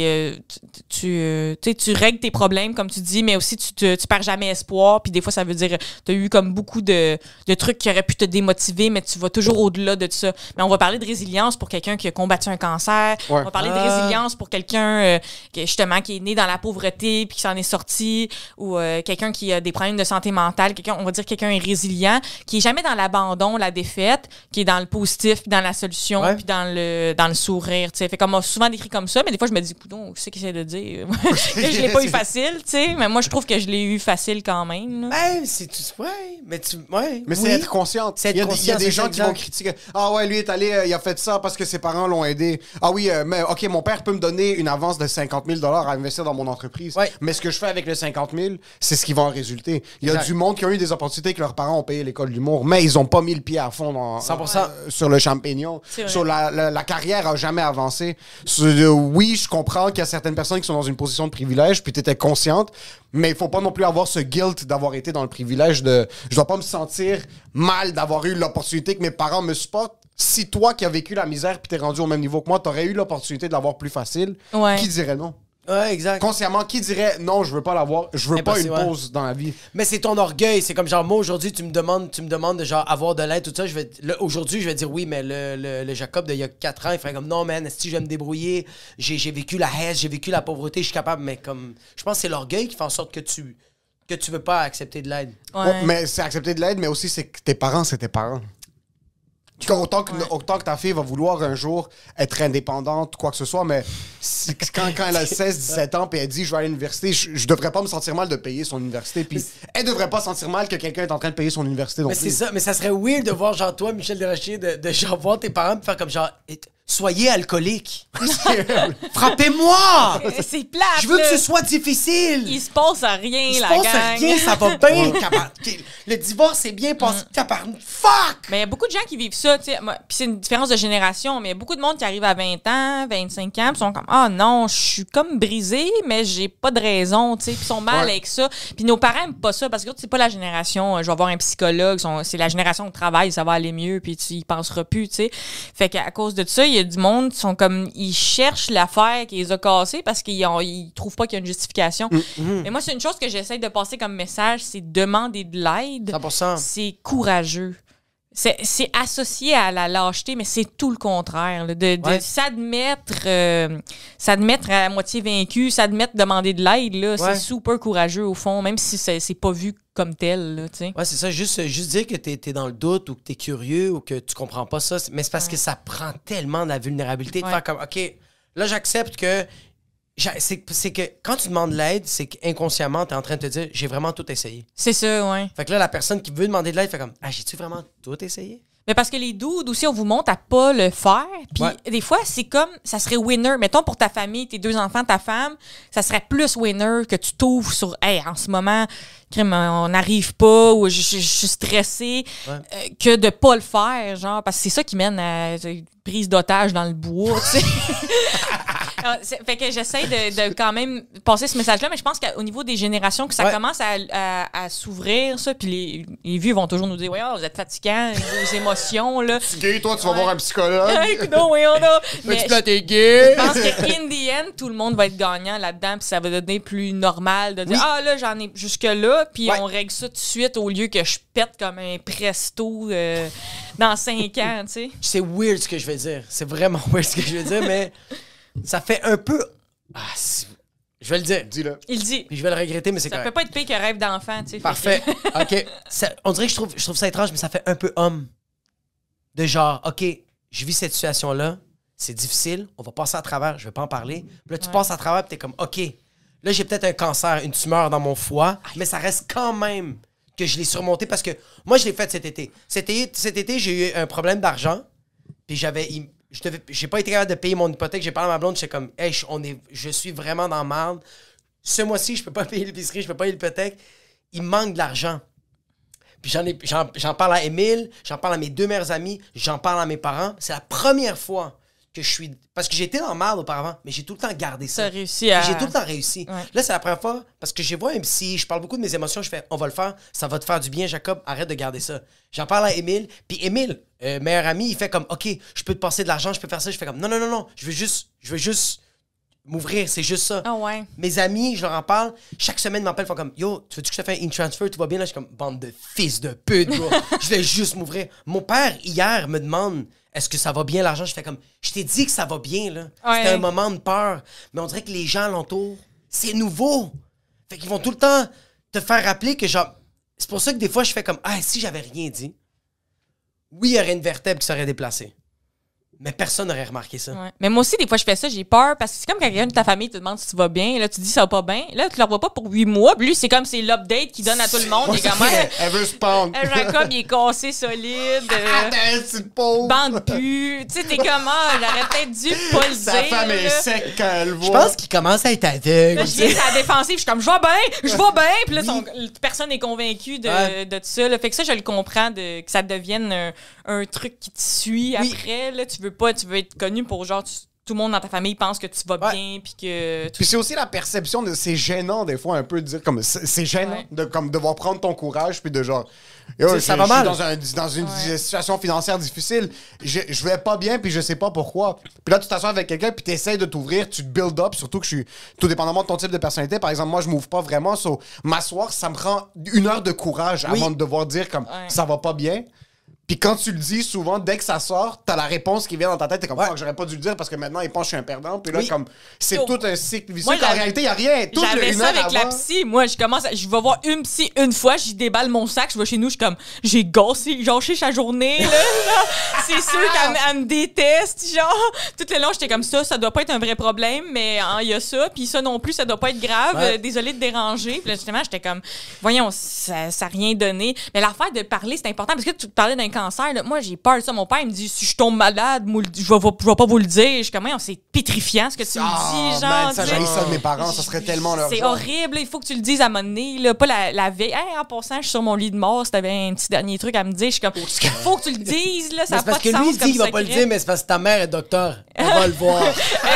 règles tes problèmes comme tu dis, mais aussi tu perds jamais espoir, puis des fois ça veut dire tu as eu comme beaucoup de trucs qui auraient pu te démotiver, mais tu vas toujours au-delà de ça. Mais on va parler de résilience pour quelqu'un qui a combattu un cancer, on va parler de résilience pour quelqu'un justement qui est né dans la pauvreté puis qui s'en est sorti, ou quelqu'un qui a des problèmes de santé mentale, on va dire quelqu'un est résilient, qui est jamais dans l'abandon, la défaite, qui est dans le positif, dans la solution, puis dans le sourire, tu sais. Fait comme on m'a souvent décrit comme ça, mais des fois je me dis coudonc, qu'est-ce qu'il essaie de dire? Que je l'ai pas eu facile, tu sais, mais moi je trouve que je l'ai eu facile quand même. Ben, c'est tout. Mais c'est être consciente. Il y a des gens qui vont critiquer. Ah ouais, lui est allé, il a fait ça parce que ses parents l'ont aidé. Ah oui, mais OK, mon père peut me donner une avance de 50 000 $ à investir dans mon entreprise. Ouais. Mais ce que je fais avec les 50 000, c'est ce qui va en résulter. Il y a du monde qui a eu des opportunités que leurs parents ont payé l'école d'humour, mais ils ont pas mis le pied à fond 100%. Sur le champignon. Sur la carrière a jamais avancé. Oui, je comprends qu'il y a certaines personnes qui sont dans une position de privilège, puis tu étais consciente, mais il faut pas non plus avoir ce guilt d'avoir été dans le privilège de... Je dois pas me sentir mal d'avoir eu l'opportunité que mes parents me supportent. Si toi qui as vécu la misère puis t'es rendu au même niveau que moi, t'aurais eu l'opportunité de l'avoir plus facile, qui dirait non? Ouais, exact. Consciemment, qui dirait non, je veux pas l'avoir, je veux pas une pause dans la vie. Mais c'est ton orgueil, c'est comme genre moi aujourd'hui tu me demandes de genre avoir de l'aide tout ça, aujourd'hui je vais dire oui, mais le Jacob d'il y a 4 ans, il ferait comme non man, si je vais me débrouiller, j'ai vécu la haine, j'ai vécu la pauvreté, je suis capable, mais comme je pense que c'est l'orgueil qui fait en sorte que tu veux pas accepter de l'aide. Ouais. Mais c'est accepter de l'aide, mais aussi c'est que tes parents, c'est tes parents. Autant que ta fille va vouloir un jour être indépendante, quoi que ce soit, mais quand elle a 16-17 ans et elle dit je vais à l'université, je devrais pas me sentir mal de payer son université. Puis elle devrait pas sentir mal que quelqu'un est en train de payer son université non plus. C'est ça, mais ça serait weird de voir genre toi, Michel Desrochers, de genre voir tes parents et faire comme genre soyez alcoolique. Frappez-moi! C'est plate. Je veux que ce soit difficile. Il se passe à rien, Il se la passe gang. à rien, ça va bien. Le divorce est bien passé. Fuck! Mais il y a beaucoup de gens qui vivent ça, tu sais. Puis c'est une différence de génération, mais il y a beaucoup de monde qui arrive à 20 ans, 25 ans, puis sont comme ah non, je suis comme brisé, mais j'ai pas de raison, tu sais, puis sont mal avec ça. Puis nos parents aiment pas ça parce que c'est pas la génération je vais voir un psychologue, c'est la génération de travail, ça va aller mieux, puis tu y penseras plus, tu sais. Fait qu'à cause de ça, il y a du monde qui sont comme ils cherchent l'affaire qui les a cassés parce qu'ils trouvent pas qu'il y a une justification. Mais moi, c'est une chose que j'essaie de passer comme message, c'est demander de l'aide. 100%. C'est courageux. C'est associé à la lâcheté, mais c'est tout le contraire. Là, de s'admettre à moitié vaincu, s'admettre demander de l'aide, là, c'est super courageux au fond, même si c'est pas vu comme tel. Là, t'sais. Ouais, c'est ça. Juste dire que t'es dans le doute ou que t'es curieux ou que tu comprends pas ça. Mais c'est parce que ça prend tellement de la vulnérabilité de faire comme, OK, là, j'accepte que... C'est que quand tu demandes de l'aide, c'est qu'inconsciemment, t'es en train de te dire j'ai vraiment tout essayé. C'est ça, ouais. Fait que là, la personne qui veut demander de l'aide fait comme j'ai-tu vraiment tout essayé? Mais parce que les dudes aussi, on vous montre à pas le faire. Puis des fois, c'est comme, ça serait winner. Mettons pour ta famille, tes 2 enfants, ta femme, ça serait plus winner que tu t'ouvres sur en ce moment, on n'arrive pas ou je suis stressé que de pas le faire, genre, parce que c'est ça qui mène à une prise d'otage dans le bois, tu sais. Fait que j'essaie de quand même passer ce message-là, mais je pense qu'au niveau des générations, que ça commence à s'ouvrir, ça, puis les vieux vont toujours nous dire « Voyons, vous êtes fatigants, vos émotions, là. » Tu gay, toi, tu vas voir un psychologue. Non, voyons, là. Mais t'es gay. Je pense que in the end, tout le monde va être gagnant là-dedans, puis ça va devenir plus normal de dire « Ah, là, j'en ai jusque-là, puis on règle ça tout de suite au lieu que je pète comme un presto dans 5 ans, tu sais. » C'est weird ce que je vais dire. C'est vraiment weird ce que je vais dire, mais ça fait un peu... je vais le dire. Dis-le. Il dit. Puis je vais le regretter, mais c'est Ça correct. peut pas être pire que rêve d'enfant, tu sais. Parfait. OK. On dirait que je trouve ça étrange, mais ça fait un peu homme. De genre, OK, je vis cette situation-là, c'est difficile, on va passer à travers, je vais pas en parler. Puis là, tu passes à travers, puis t'es comme, OK, là, j'ai peut-être un cancer, une tumeur dans mon foie, mais ça reste quand même que je l'ai surmonté parce que moi, je l'ai fait cet été. Cet été, j'ai eu un problème d'argent, puis j'ai pas été capable de payer mon hypothèque. J'ai parlé à ma blonde, j'étais comme, hey, je suis vraiment dans la merde. Ce mois-ci, je peux pas payer l'épicerie, je peux pas payer l'hypothèque. Il me manque de l'argent. Puis j'en parle à Émile, j'en parle à mes 2 meilleurs amis, j'en parle à mes parents. C'est la première fois que je suis... Parce que j'étais dans la merde auparavant, mais j'ai tout le temps gardé ça. T'as réussi à... J'ai tout le temps réussi. Ouais. Là, c'est la première fois, parce que j'ai vu un psy, je parle beaucoup de mes émotions, je fais, on va le faire, ça va te faire du bien, Jacob, arrête de garder ça. J'en parle à Émile, puis Émile, meilleur ami, il fait comme, OK, je peux te passer de l'argent, je peux faire ça. Je fais comme, non, je veux juste m'ouvrir, c'est juste ça. Ah ouais. Mes amis, je leur en parle, chaque semaine, ils m'appellent, ils font comme, yo, tu veux-tu que je te fasse un in-transfer, tout va bien? Là, je suis comme, bande de fils de pute, bro. Je vais juste m'ouvrir. Mon père, hier, me demande, est-ce que ça va bien l'argent? Je fais comme, je t'ai dit que ça va bien, là. Ouais. C'était un moment de peur. Mais on dirait que les gens alentour, c'est nouveau. Fait qu'ils vont tout le temps te faire rappeler que genre... C'est pour ça que des fois, je fais comme, si j'avais rien dit, oui, il y aurait une vertèbre qui serait déplacée. Mais personne n'aurait remarqué ça. Ouais. Mais moi aussi, des fois, je fais ça, j'ai peur parce que c'est comme quand quelqu'un de ta famille te demande si tu vas bien. Là, tu dis ça va pas bien. Là, tu le revois pas pour 8 mois. Puis lui, c'est comme c'est l'update qu'il donne à tout le monde. Il est comme, Elle veut se pendre. Jacob, il est cassé solide. C'est pauvre. Bande pu. Tu sais, t'es comment? J'aurais peut-être dû pas le dire. Sa femme est là. sec quand elle le voit. Je pense qu'il commence à être aveugle. Là, je viens à la défensive, je suis comme, je vais bien. Puis là, personne n'est convaincu de ça. Là. Fait que ça, je le comprends, que ça devienne un truc qui te suit après. Là, tu veux être connu pour genre, tout le monde dans ta famille pense que tu vas bien. Puis que. Puis c'est aussi la perception de. C'est gênant, des fois, un peu de dire comme. C'est gênant de comme devoir prendre ton courage, puis de genre. Yo, ça va mal. Je suis dans une situation financière difficile. Je vais pas bien, puis je sais pas pourquoi. Puis là, tu t'assois avec quelqu'un, puis t'essayes de t'ouvrir, tu te build up, surtout que je suis. Tout dépendamment de ton type de personnalité. Par exemple, moi, je m'ouvre pas vraiment. M'asseoir, ça me prend 1 heure de courage avant de devoir dire comme ça va pas bien. Puis quand tu le dis, souvent, dès que ça sort, t'as la réponse qui vient dans ta tête. T'es comme, fuck, j'aurais pas dû le dire parce que maintenant, il pense que je suis un perdant. Puis là, comme, c'est tout un cycle vicieux. En réalité, il y a rien. J'avais ça avec la psy. Moi, je vais voir une psy une fois, j'y déballe mon sac, je vais chez nous, je suis comme, j'ai gâché sa journée, là. C'est sûr qu'elle me déteste, genre. Tout le long, j'étais comme ça doit pas être un vrai problème, mais il y a ça. Puis ça non plus, ça doit pas être grave. Désolée de déranger. Puis là, justement, j'étais comme, voyons, ça a rien donné. Mais l'affaire de parler, c'est important parce que tu parlais d'un cancer, là, moi j'ai peur de ça. Mon père il me dit si je tombe malade, je vais pas vous le dire. Je suis comme c'est pétrifiant ce que tu me dis, genre. Man, ça j'haïs ça de mes parents, ça serait tellement leur C'est genre. horrible, il faut que tu le dises à un moment donné, là, pas la veille. Hey, en passant, je suis sur mon lit de mort, si t'avais un petit dernier truc à me dire, je suis comme faut que tu le dises, là, ça n'a pas de sens. C'est parce que lui il dit qu'il va pas le dire, mais c'est parce que ta mère est docteur. Elle va le voir.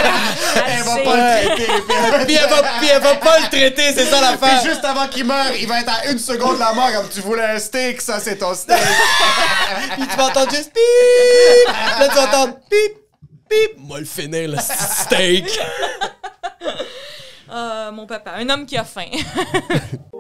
Elle va pas le traiter. Puis elle va pas le traiter, c'est ça l'affaire. Puis juste avant qu'il meure, il va être à 1 seconde de la mort comme tu voulais un steak, ça c'est ton steak. Puis tu vas entendre juste pip. Là tu vas entendre pip, pip. Moi le finir le steak. Mon papa, un homme qui a faim.